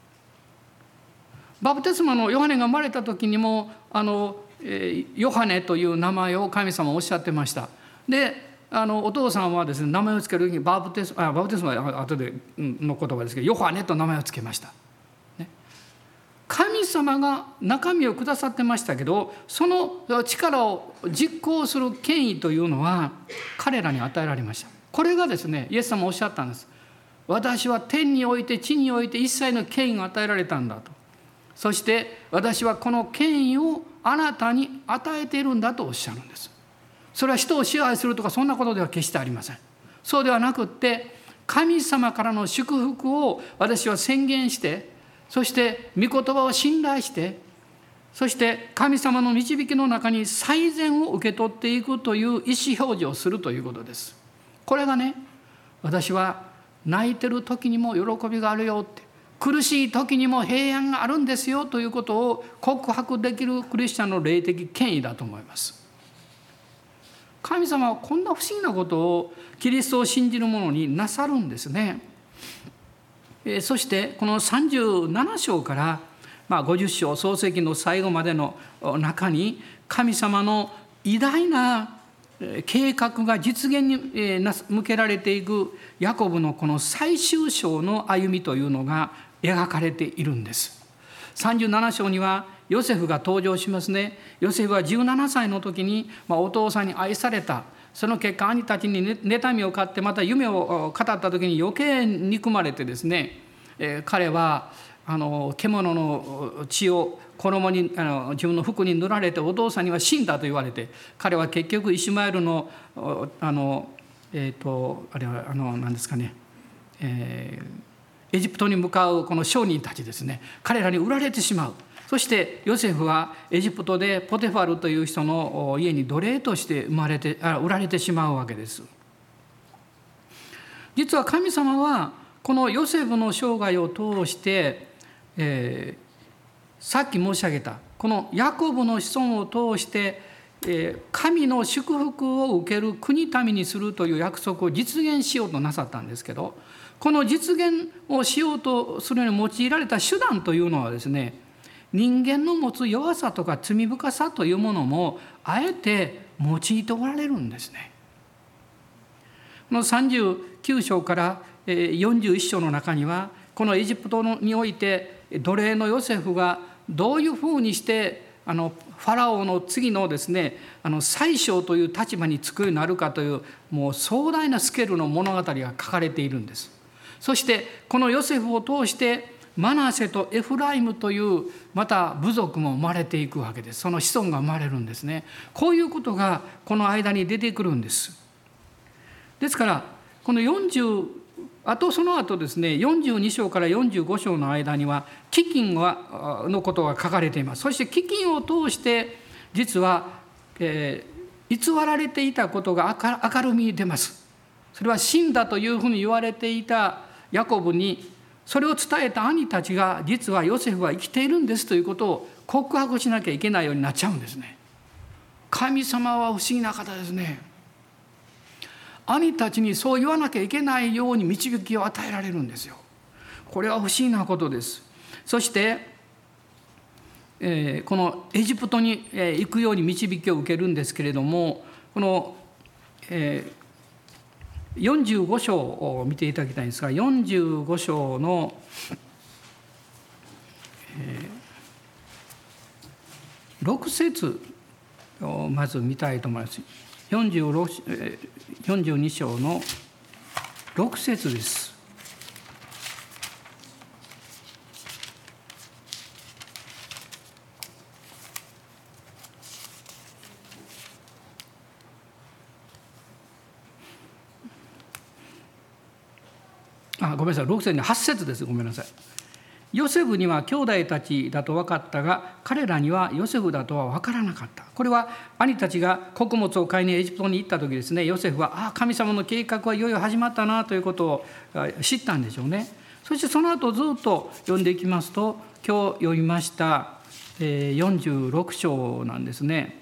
バプテスマのヨハネが生まれた時にもあのヨハネという名前を神様おっしゃってました。で、あのお父さんはですね、名前を付ける時にバプテスマ、あバプテスマは後での言葉ですけど、ヨハネと名前を付けました。ね、神様が中身をくださってましたけど、その力を実行する権威というのは彼らに与えられました。これがですね、イエス様おっしゃったんです。私は天において地において一切の権威が与えられたんだと。そして私はこの権威をあなたに与えているんだとおっしゃるんです。それは人を支配するとかそんなことでは決してありません。そうではなくって、神様からの祝福を私は宣言して、そして御言葉を信頼して、そして神様の導きの中に最善を受け取っていくという意思表示をするということです。これがね、私は泣いてる時にも喜びがあるよって、苦しい時にも平安があるんですよということを告白できるクリスチャンの霊的権威だと思います。神様はこんな不思議なことをキリストを信じる者になさるんですね。えー、そしてこのさんじゅうなな章から、まあ、ごじゅっ章創世記の最後までの中に神様の偉大な計画が実現に向けられていくヤコブのこの最終章の歩みというのが描かれているんです。さんじゅうなな章にはヨセフが登場しますね。ヨセフはじゅうななさいの時に、まあ、お父さんに愛された。その結果兄たちに妬みを買ってまた夢を語った時に余計憎まれてですね、えー、彼はあの獣の血を衣にあの自分の服に塗られてお父さんには死んだと言われて、彼は結局イシュマエルのあのえっ、ー、とあれはあの何ですかね、えー、エジプトに向かうこの商人たちですね、彼らに売られてしまう。そしてヨセフはエジプトでポテファルという人の家に奴隷として生まれてあ売られてしまうわけです。実は神様はこのヨセフの生涯を通して、えー、さっき申し上げたこのヤコブの子孫を通して、えー、神の祝福を受ける国民にするという約束を実現しようとなさったんですけど、この実現をしようとするのに用いられた手段というのはですね、人間の持つ弱さとか罪深さというものもあえて用いておられるんですね。このさんじゅうきゅう章からよんじゅういち章の中には、このエジプトにおいて奴隷のヨセフがどういうふうにしてあのファラオの次のですね、あの宰相という立場につくようになるかという、もう壮大なスケールの物語が書かれているんです。そしてこのヨセフを通してマナセとエフライムというまた部族も生まれていくわけです。その子孫が生まれるんですね。こういうことがこの間に出てくるんです。ですからこのよんじゅうあとその後ですね、よんじゅうに章からよんじゅうご章の間には飢饉はのことが書かれています。そして飢饉を通して実は、えー、偽られていたことが明るみに出ます。それは死んだというふうに言われていたヤコブにそれを伝えた兄たちが実はヨセフは生きているんですということを告白しなきゃいけないようになっちゃうんですね。神様は不思議な方ですね。兄たちにそう言わなきゃいけないように導きを与えられるんですよ。これは不思議なことです。そして、えー、このエジプトに行くように導きを受けるんですけれども、この、えー、よんじゅうご章を見ていただきたいんですが、よんじゅうご章の、えー、ろく節をまず見たいと思います。よんじゅうろく、よんじゅうに章のろく節です。あ、ごめんなさい、ろく節にはち節です。ごめんなさい。ヨセフには兄弟たちだと分かったが、彼らにはヨセフだとは分からなかった。これは兄たちが穀物を買いにエジプトに行った時ですね、ヨセフはああ神様の計画はいよいよ始まったなということを知ったんでしょうね。そしてその後ずっと読んでいきますと、今日読みましたよんじゅうろく章なんですね。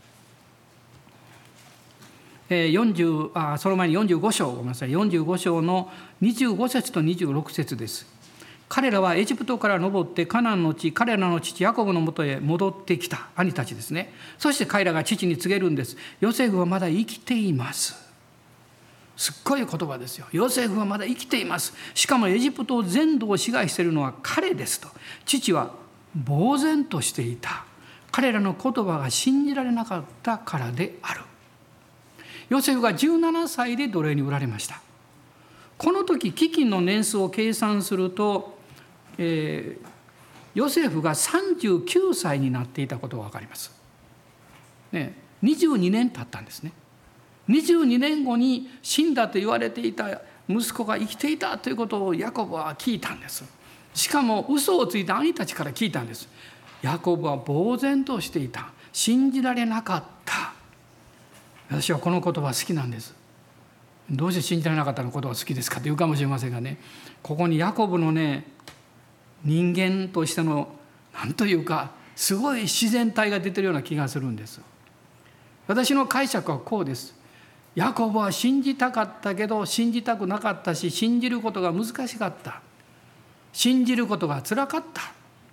よんじゅうあその前によんじゅうご章、ごめんなさい、よんじゅうご章のにじゅうご節とにじゅうろく節です。彼らはエジプトから登ってカナンの地、彼らの父ヤコブのもとへ戻ってきた。兄たちですね。そして彼らが父に告げるんです。ヨセフはまだ生きています。すっごい言葉ですよ。ヨセフはまだ生きています。しかもエジプト全土を支配しているのは彼ですと。父は呆然としていた。彼らの言葉が信じられなかったからである。ヨセフがじゅうななさいで奴隷に売られました。この時飢饉の年数を計算すると、えー、ヨセフがさんじゅうきゅうさいになっていたことが分かります、ね、にじゅうにねん経ったんですね。にじゅうにねんごに死んだと言われていた息子が生きていたということをヤコブは聞いたんです。しかも嘘をついた兄たちから聞いたんです。ヤコブは呆然としていた。信じられなかった。私はこの言葉好きなんです。どうして信じられなかったのことが好きですかというかもしれませんがね、ここにヤコブのね、人間としての何というかすごい自然体が出てるような気がするんです。私の解釈はこうです。ヤコブは信じたかったけど信じたくなかったし、信じることが難しかった。信じることがつらかった。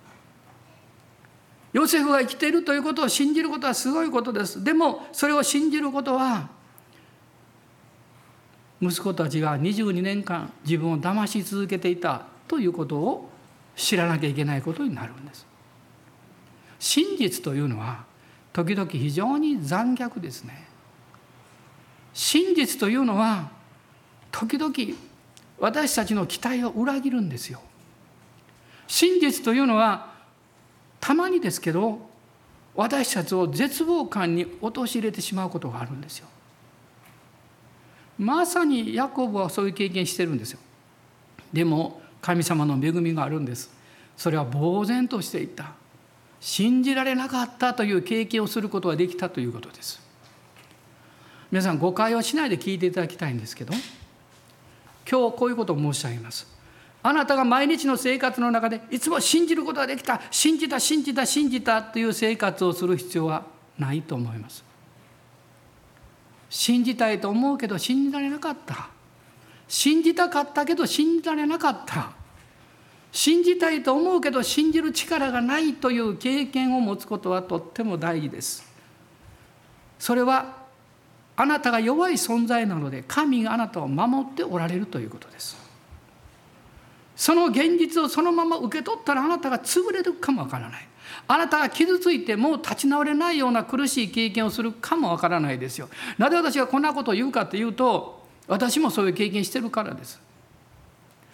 ヨセフが生きているということを信じることはすごいことです。でもそれを信じることは、息子たちがにじゅうにねんかん自分を騙し続けていたということを知らなきゃいけないことになるんです。真実というのは時々非常に残虐ですね。真実というのは時々私たちの期待を裏切るんですよ。真実というのはたまにですけど私たちを絶望感に陥れてしまうことがあるんですよ。まさにヤコブはそういう経験してるんですよ。でも神様の恵みがあるんです。それは呆然としていた。信じられなかったという経験をすることができたということです。皆さん誤解をしないで聞いていただきたいんですけど、今日こういうことを申し上げます。あなたが毎日の生活の中でいつも信じることができた、信じた信じた信じたという生活をする必要はないと思います。信じたいと思うけど信じられなかった。信じたかったけど信じられなかった。信じたいと思うけど信じる力がないという経験を持つことはとっても大事です。それはあなたが弱い存在なので神があなたを守っておられるということです。その現実をそのまま受け取ったらあなたが潰れるかもわからない。あなたが傷ついてもう立ち直れないような苦しい経験をするかもわからないですよ。なぜ私がこんなことを言うかというと、私もそういう経験してるからです。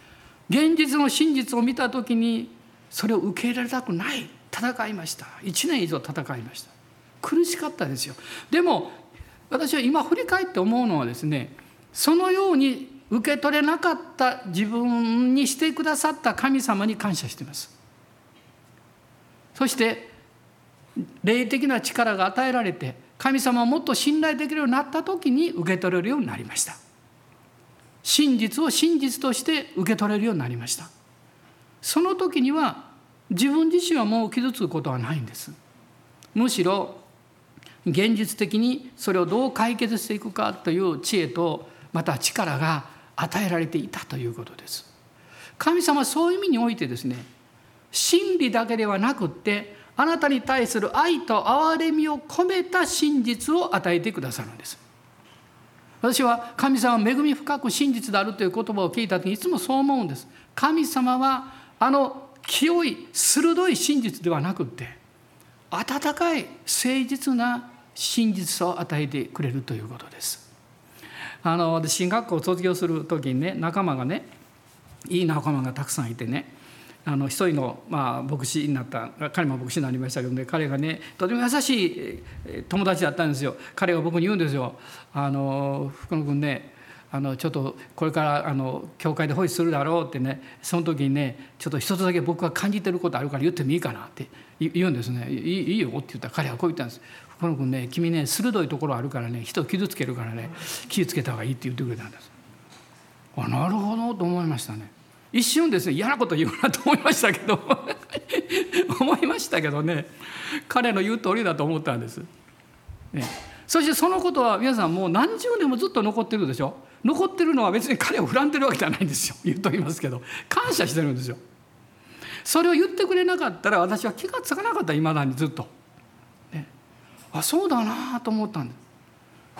現実の真実を見た時にそれを受け入れられたくない。戦いました。いちねん以上戦いました。苦しかったですよ。でも私は今振り返って思うのはですね、そのように受け取れなかった自分にしてくださった神様に感謝しています。そして霊的な力が与えられて、神様をもっと信頼できるようになった時に受け取れるようになりました。真実を真実として受け取れるようになりました。その時には自分自身はもう傷つくことはないんです。むしろ現実的にそれをどう解決していくかという知恵とまた力が与えられていたということです。神様はそういう意味においてですね、真理だけではなくってあなたに対する愛と憐れみを込めた真実を与えてくださるんです。私は神様は恵み深く真実であるという言葉を聞いた時にいつもそう思うんです。神様はあの清い鋭い真実ではなくって温かい誠実な真実を与えてくれるということです。あの進学校を卒業する時にね、仲間がね、いい仲間がたくさんいてね、あの一人の、まあ、牧師になった、彼も牧師になりましたけどね、彼がねとても優しい友達だったんですよ。彼が僕に言うんですよ。あの福野君ね、あのちょっとこれからあの教会で保育するだろうってね、その時にねちょっと一つだけ僕が感じてることあるから言ってもいいかなって言うんですね。いい、いいよって言ったら彼はこう言ったんです。福野君ね、君ね鋭いところあるからね、人を傷つけるからね、気をつけた方がいいって言ってくれたんです。あ、なるほどと思いましたね。一瞬ですね、嫌なこと言うなと思いましたけど思いましたけどね、彼の言う通りだと思ったんです、ね、そしてそのことは皆さんもう何十年もずっと残ってるでしょ。残ってるのは別に彼を恨んでるわけじゃないんですよ。言うと言いますけど感謝してるんですよ。それを言ってくれなかったら私は気がつかなかった。いまだにずっと、ね、あ、そうだなと思ったんです。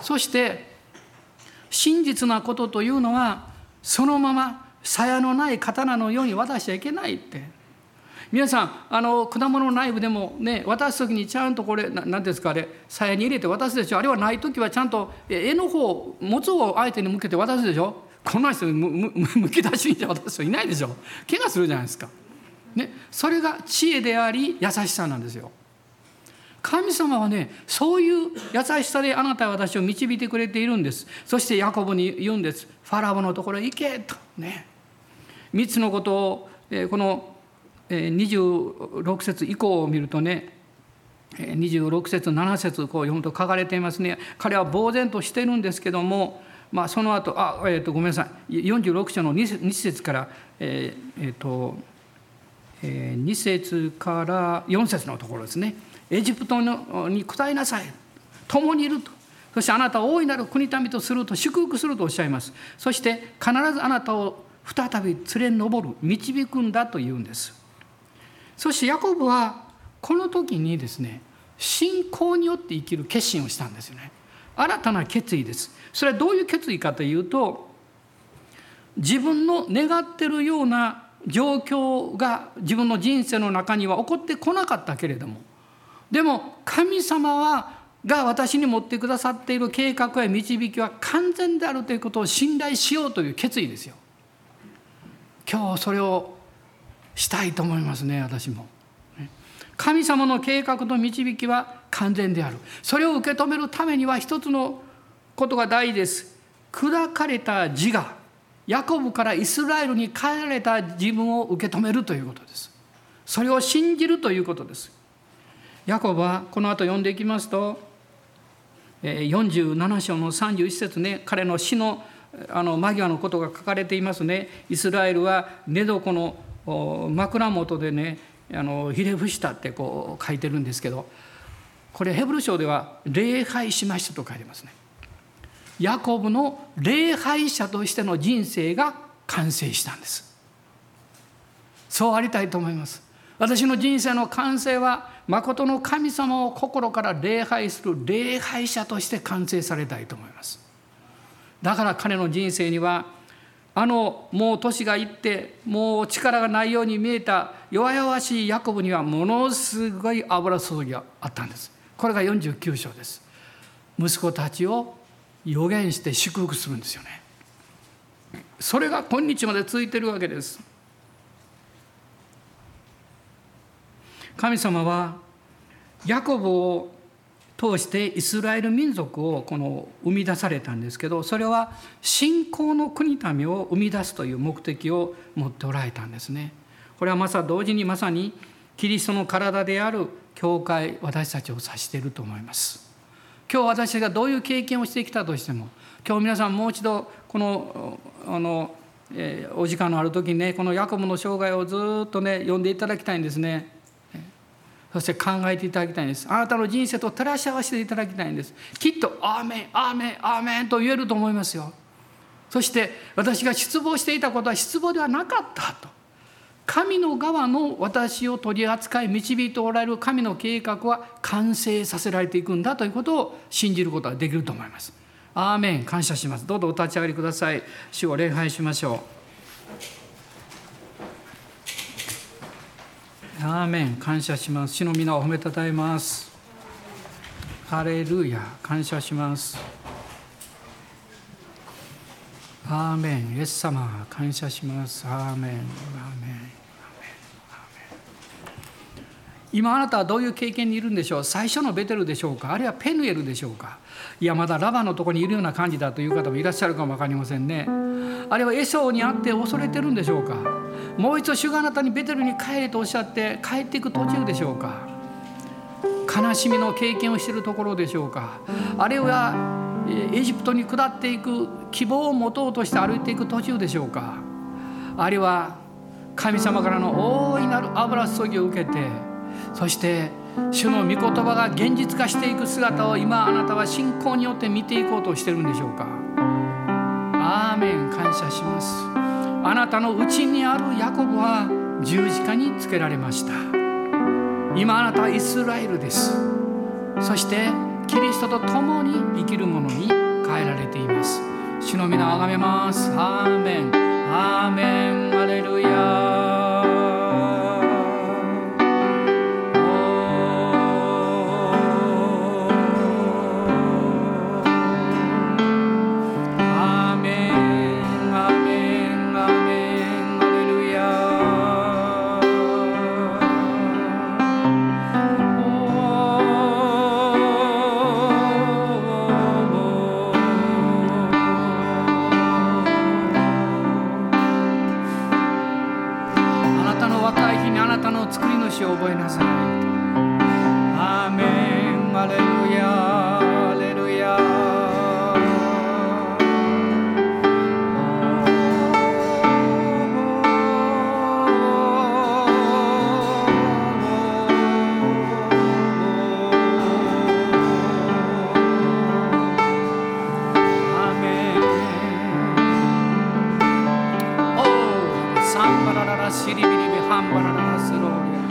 そして真実なことというのはそのまま鞘のない刀のように渡しちゃいけないって。皆さんあの果物の内部でもね、渡す時にちゃんとこれ何ていうんですか、あれ鞘に入れて渡すでしょ。あれはない時はちゃんと柄の方、持つ方を相手に向けて渡すでしょ。こんな人むむき出しにして渡す人いないでしょ。怪我するじゃないですか、ね、それが知恵であり優しさなんですよ。神様はね、そういう優しさであなたは私を導いてくれているんです。そしてヤコブに言うんです。ファラオのところへ行けとね。みっつのことをこのにじゅうろく節以降を見るとね、にじゅうろく節なな節こう読むと書かれていますね。彼は呆然としてるんですけども、まあ、その後あ、えー、とごめんなさい、よんじゅうろく章のに節から、えーえーとえー、に節からよん節のところですね。エジプトに下りなさい、共にいると。そしてあなたを大いなる国民とすると、祝福するとおっしゃいます。そして必ずあなたを再び連れ上る、導くんだというんです。そしてヤコブはこの時にですね、信仰によって生きる決心をしたんですよね。新たな決意です。それはどういう決意かというと、自分の願っているような状況が自分の人生の中には起こってこなかったけれども、でも神様はが私に持ってくださっている計画や導きは完全であるということを信頼しようという決意ですよ。今日それをしたいと思いますね。私も神様の計画と導きは完全である。それを受け止めるためには一つのことが大事です。砕かれた自我、ヤコブからイスラエルに変えられた自分を受け止めるということです。それを信じるということです。ヤコブはこの後読んでいきますと、よんじゅうなな章のさんじゅういち節ね、彼の死のあの間際のことが書かれていますね。イスラエルは寝床の枕元でね、あのひれ伏したってこう書いてるんですけど、これヘブル書では礼拝しましたと書いてますね。ヤコブの礼拝者としての人生が完成したんです。そうありたいと思います。私の人生の完成は誠の神様を心から礼拝する礼拝者として完成されたいと思います。だから彼の人生にはあのもう年がいってもう力がないように見えた弱々しいヤコブにはものすごい油注ぎがあったんです。これがよんじゅうきゅう章です。息子たちを予言して祝福するんですよね。それが今日まで続いているわけです。 神様はヤコブを通してイスラエル民族をこの生み出されたんですけど、それは信仰の国民を生み出すという目的を持っておられたんですね。これはまさ同時にまさにキリストの体である教会、私たちを指していると思います。今日私たちがどういう経験をしてきたとしても、今日皆さんもう一度このあの、えー、お時間のある時にね、このヤコブの生涯をずっとね読んでいただきたいんですね。そして考えていただきたいんです。あなたの人生と照らし合わせていただきたいんです。きっとアーメンアーメンアーメンと言えると思いますよ。そして私が失望していたことは失望ではなかったと、神の側の私を取り扱い導いておられる神の計画は完成させられていくんだということを信じることができると思います。アーメン。感謝します。どうぞお立ち上がりください。主を礼拝しましょう。アーメン。感謝します。主の皆を褒めたたえます。ハレルヤ。感謝します。アーメン。イエス様感謝します。アーメン。アーメン。今あなたはどういう経験にいるんでしょう。最初のベテルでしょうか、あるいはペヌエルでしょうか。いやまだラバのところにいるような感じだという方もいらっしゃるかも分かりませんね。あるいはエソーに会って恐れてるんでしょうか。もう一度主があなたにベテルに帰れとおっしゃって帰っていく途中でしょうか。悲しみの経験をしているところでしょうか。あるいはエジプトに下っていく希望を持とうとして歩いていく途中でしょうか。あるいは神様からの大いなる油注ぎを受けて、そして主の御言葉が現実化していく姿を今あなたは信仰によって見ていこうとしているんでしょうか。アーメン。感謝します。あなたのうちにあるヤコブは十字架につけられました。今あなたはイスラエルです。そしてキリストと共に生きるものに変えられています。主の皆をあがめます。アーメンアーメン。ハレルヤ。を覚えなさい。アーメン。ハレルヤハレルヤ。アーメン。おーサンバラララシリビリビハンバラララスローリア。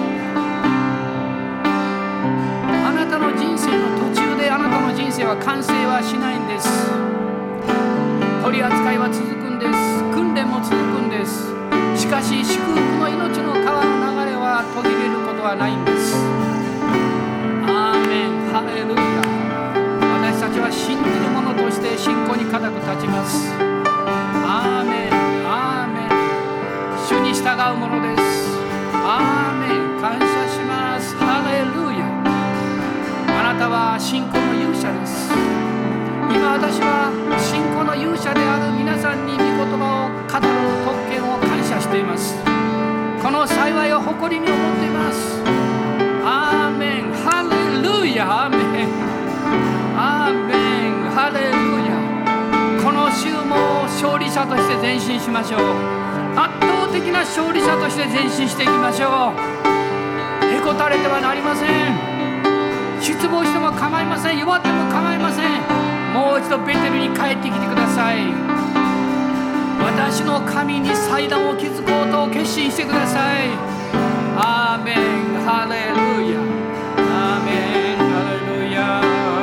人生は完成はしないんです。取り扱いは続くんです。訓練も続くんです。しかし祝福の命の川の流れは途切れることはないんです。アーメンハレルヤ。私たちは信じる者として信仰に固く立ちます。アーメンアーメン。主に従うものです。アーメン。感謝します。ハレルヤ。あなたは信仰の勇者です。今私は信仰の勇者である皆さんに御言葉を語る特権を感謝しています。この幸いを誇りに思っています。アーメンハレルヤ。アーメンアーメンハレルヤ。この週も勝利者として前進しましょう。圧倒的な勝利者として前進していきましょう。へこたれてはなりません。失望しても構いません。弱っても構いません。もう一度ベテルに帰ってきてください。私の神に祭壇を築こうと決心してください。アーメンハレルヤアーメンハレルヤ。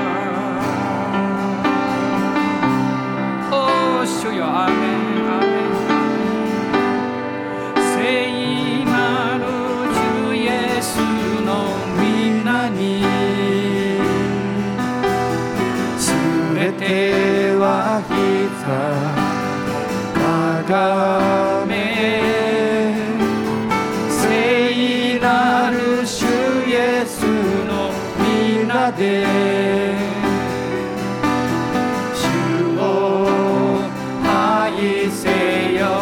おー主よアーメンアーメン。聖なる主イエスの皆に手は膝かがめ聖なる主皆で主を愛せよ。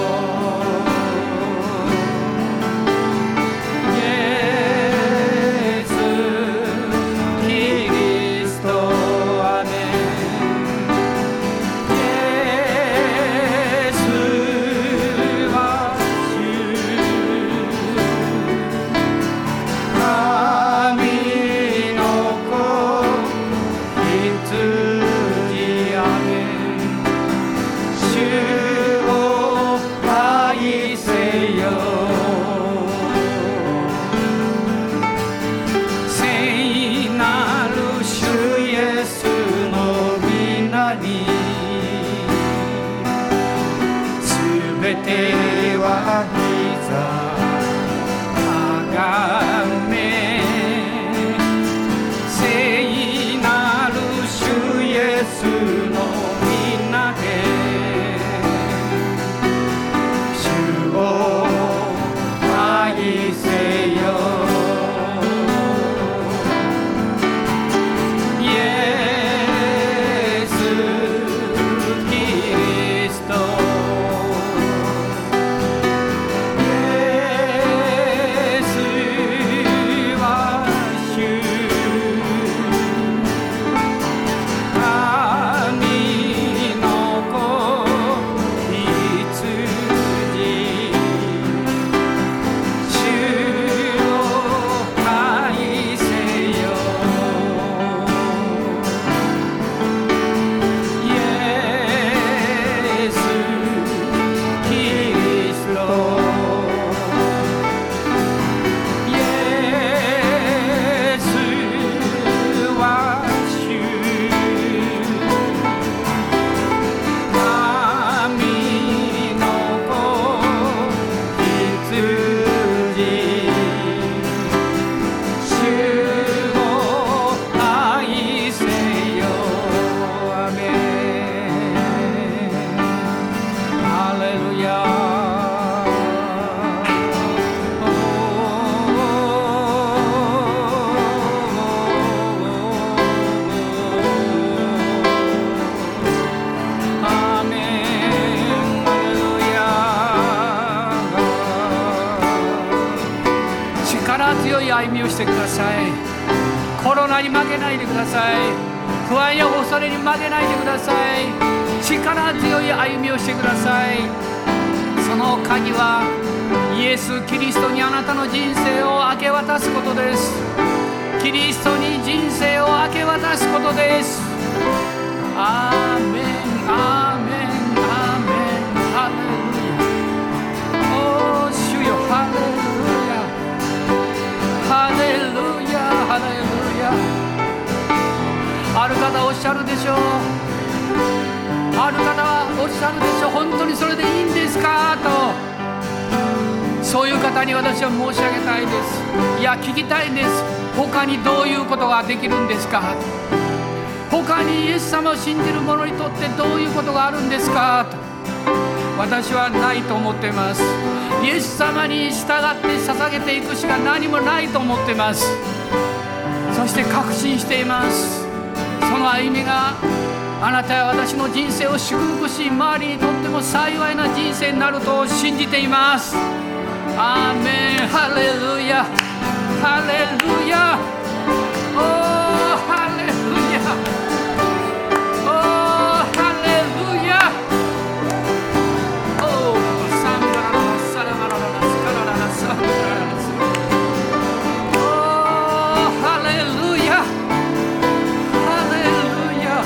歩みをしてください。コロナに負けないでください。不安や恐れに負けないでください。力強い歩みをしてください。その鍵はイエス・キリストにあなたの人生を明け渡すことです。キリストに人生を明け渡すことです。アーメン、アーメン、アーメン、ハレルヤ。おー、主よ、ハレルヤ、ハレルヤ、ハレルヤ。ある方おっしゃるでしょう。ある方はおっしゃるでしょう。本当にそれでいいんですかと。そういう方に私は申し上げたいです。いや、聞きたいんです。他にどういうことができるんですか。他にイエス様を信じる者にとってどういうことがあるんですかと。私はないと思っています。イエス様に従って捧げていくしか何もないと思っています。そして確信しています。その歩みがあなたや私の人生を祝福し、周りにとっても幸いな人生になると信じています。アーメン、ハレルヤ、ハレルヤ、おー、ハレルヤ、おー、ハレルヤ、おー、サンバララサラマララスカラララサラララス、おー、ハレルヤ、ハレルヤ、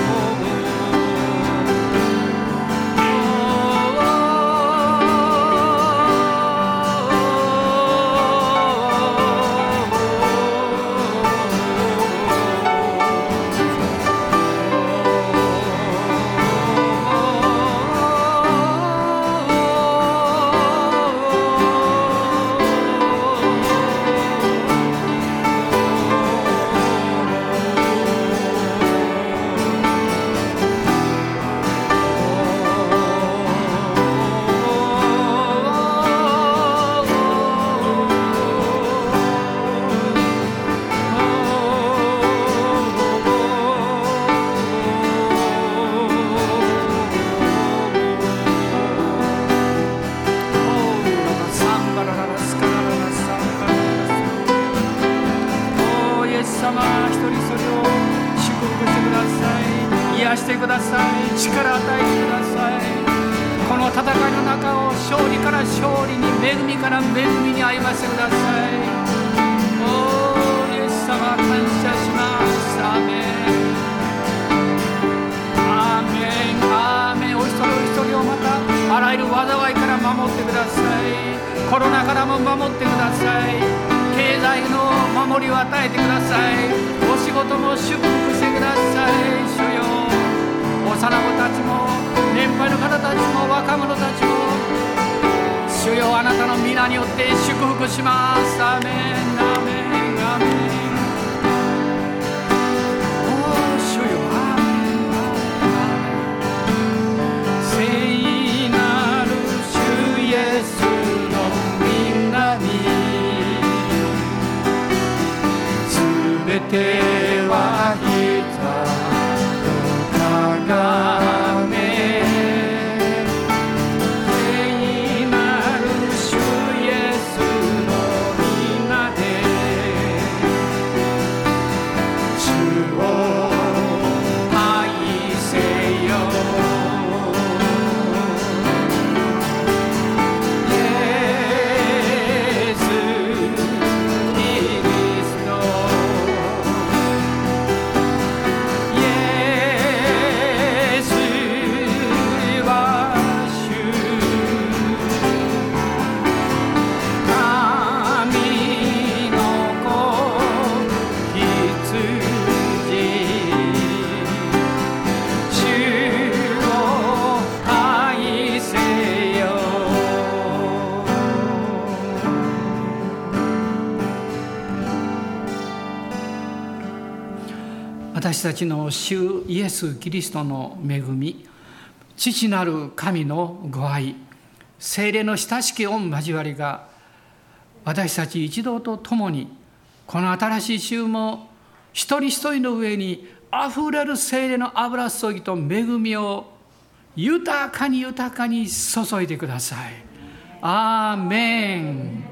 おー、 やしてください。力を与えてください。この戦いの中を勝利から勝利に、恵みから恵みに歩ませてください。おー、イエス様、感謝します。アーメン、アーメン、アーメン。お一人お一人をまたあらゆる災いから守ってください。コロナからも守ってください。経済の守りを与えてください。お仕事も祝福してください。主よ、幼子たちも年配の方たちも若者たちも、主よ、あなたの皆によって祝福します。アーメン、アーメン、アーメン。おー、主よ、アーメン、聖なる主イエスの皆にすべては膝とかがめ、聖なる主イエスの皆で主を愛せよ。イエス・キリスト、イエスは主、神の子羊、主を愛せよ。私たちの主イエス・キリストの恵み、父なる神のご愛、聖霊の親しき御交わりが、私たち一同と共にこの新しい週も一人一人の上にあふれる聖霊の油注ぎと恵みを豊かに豊かに注いでください。アーメン。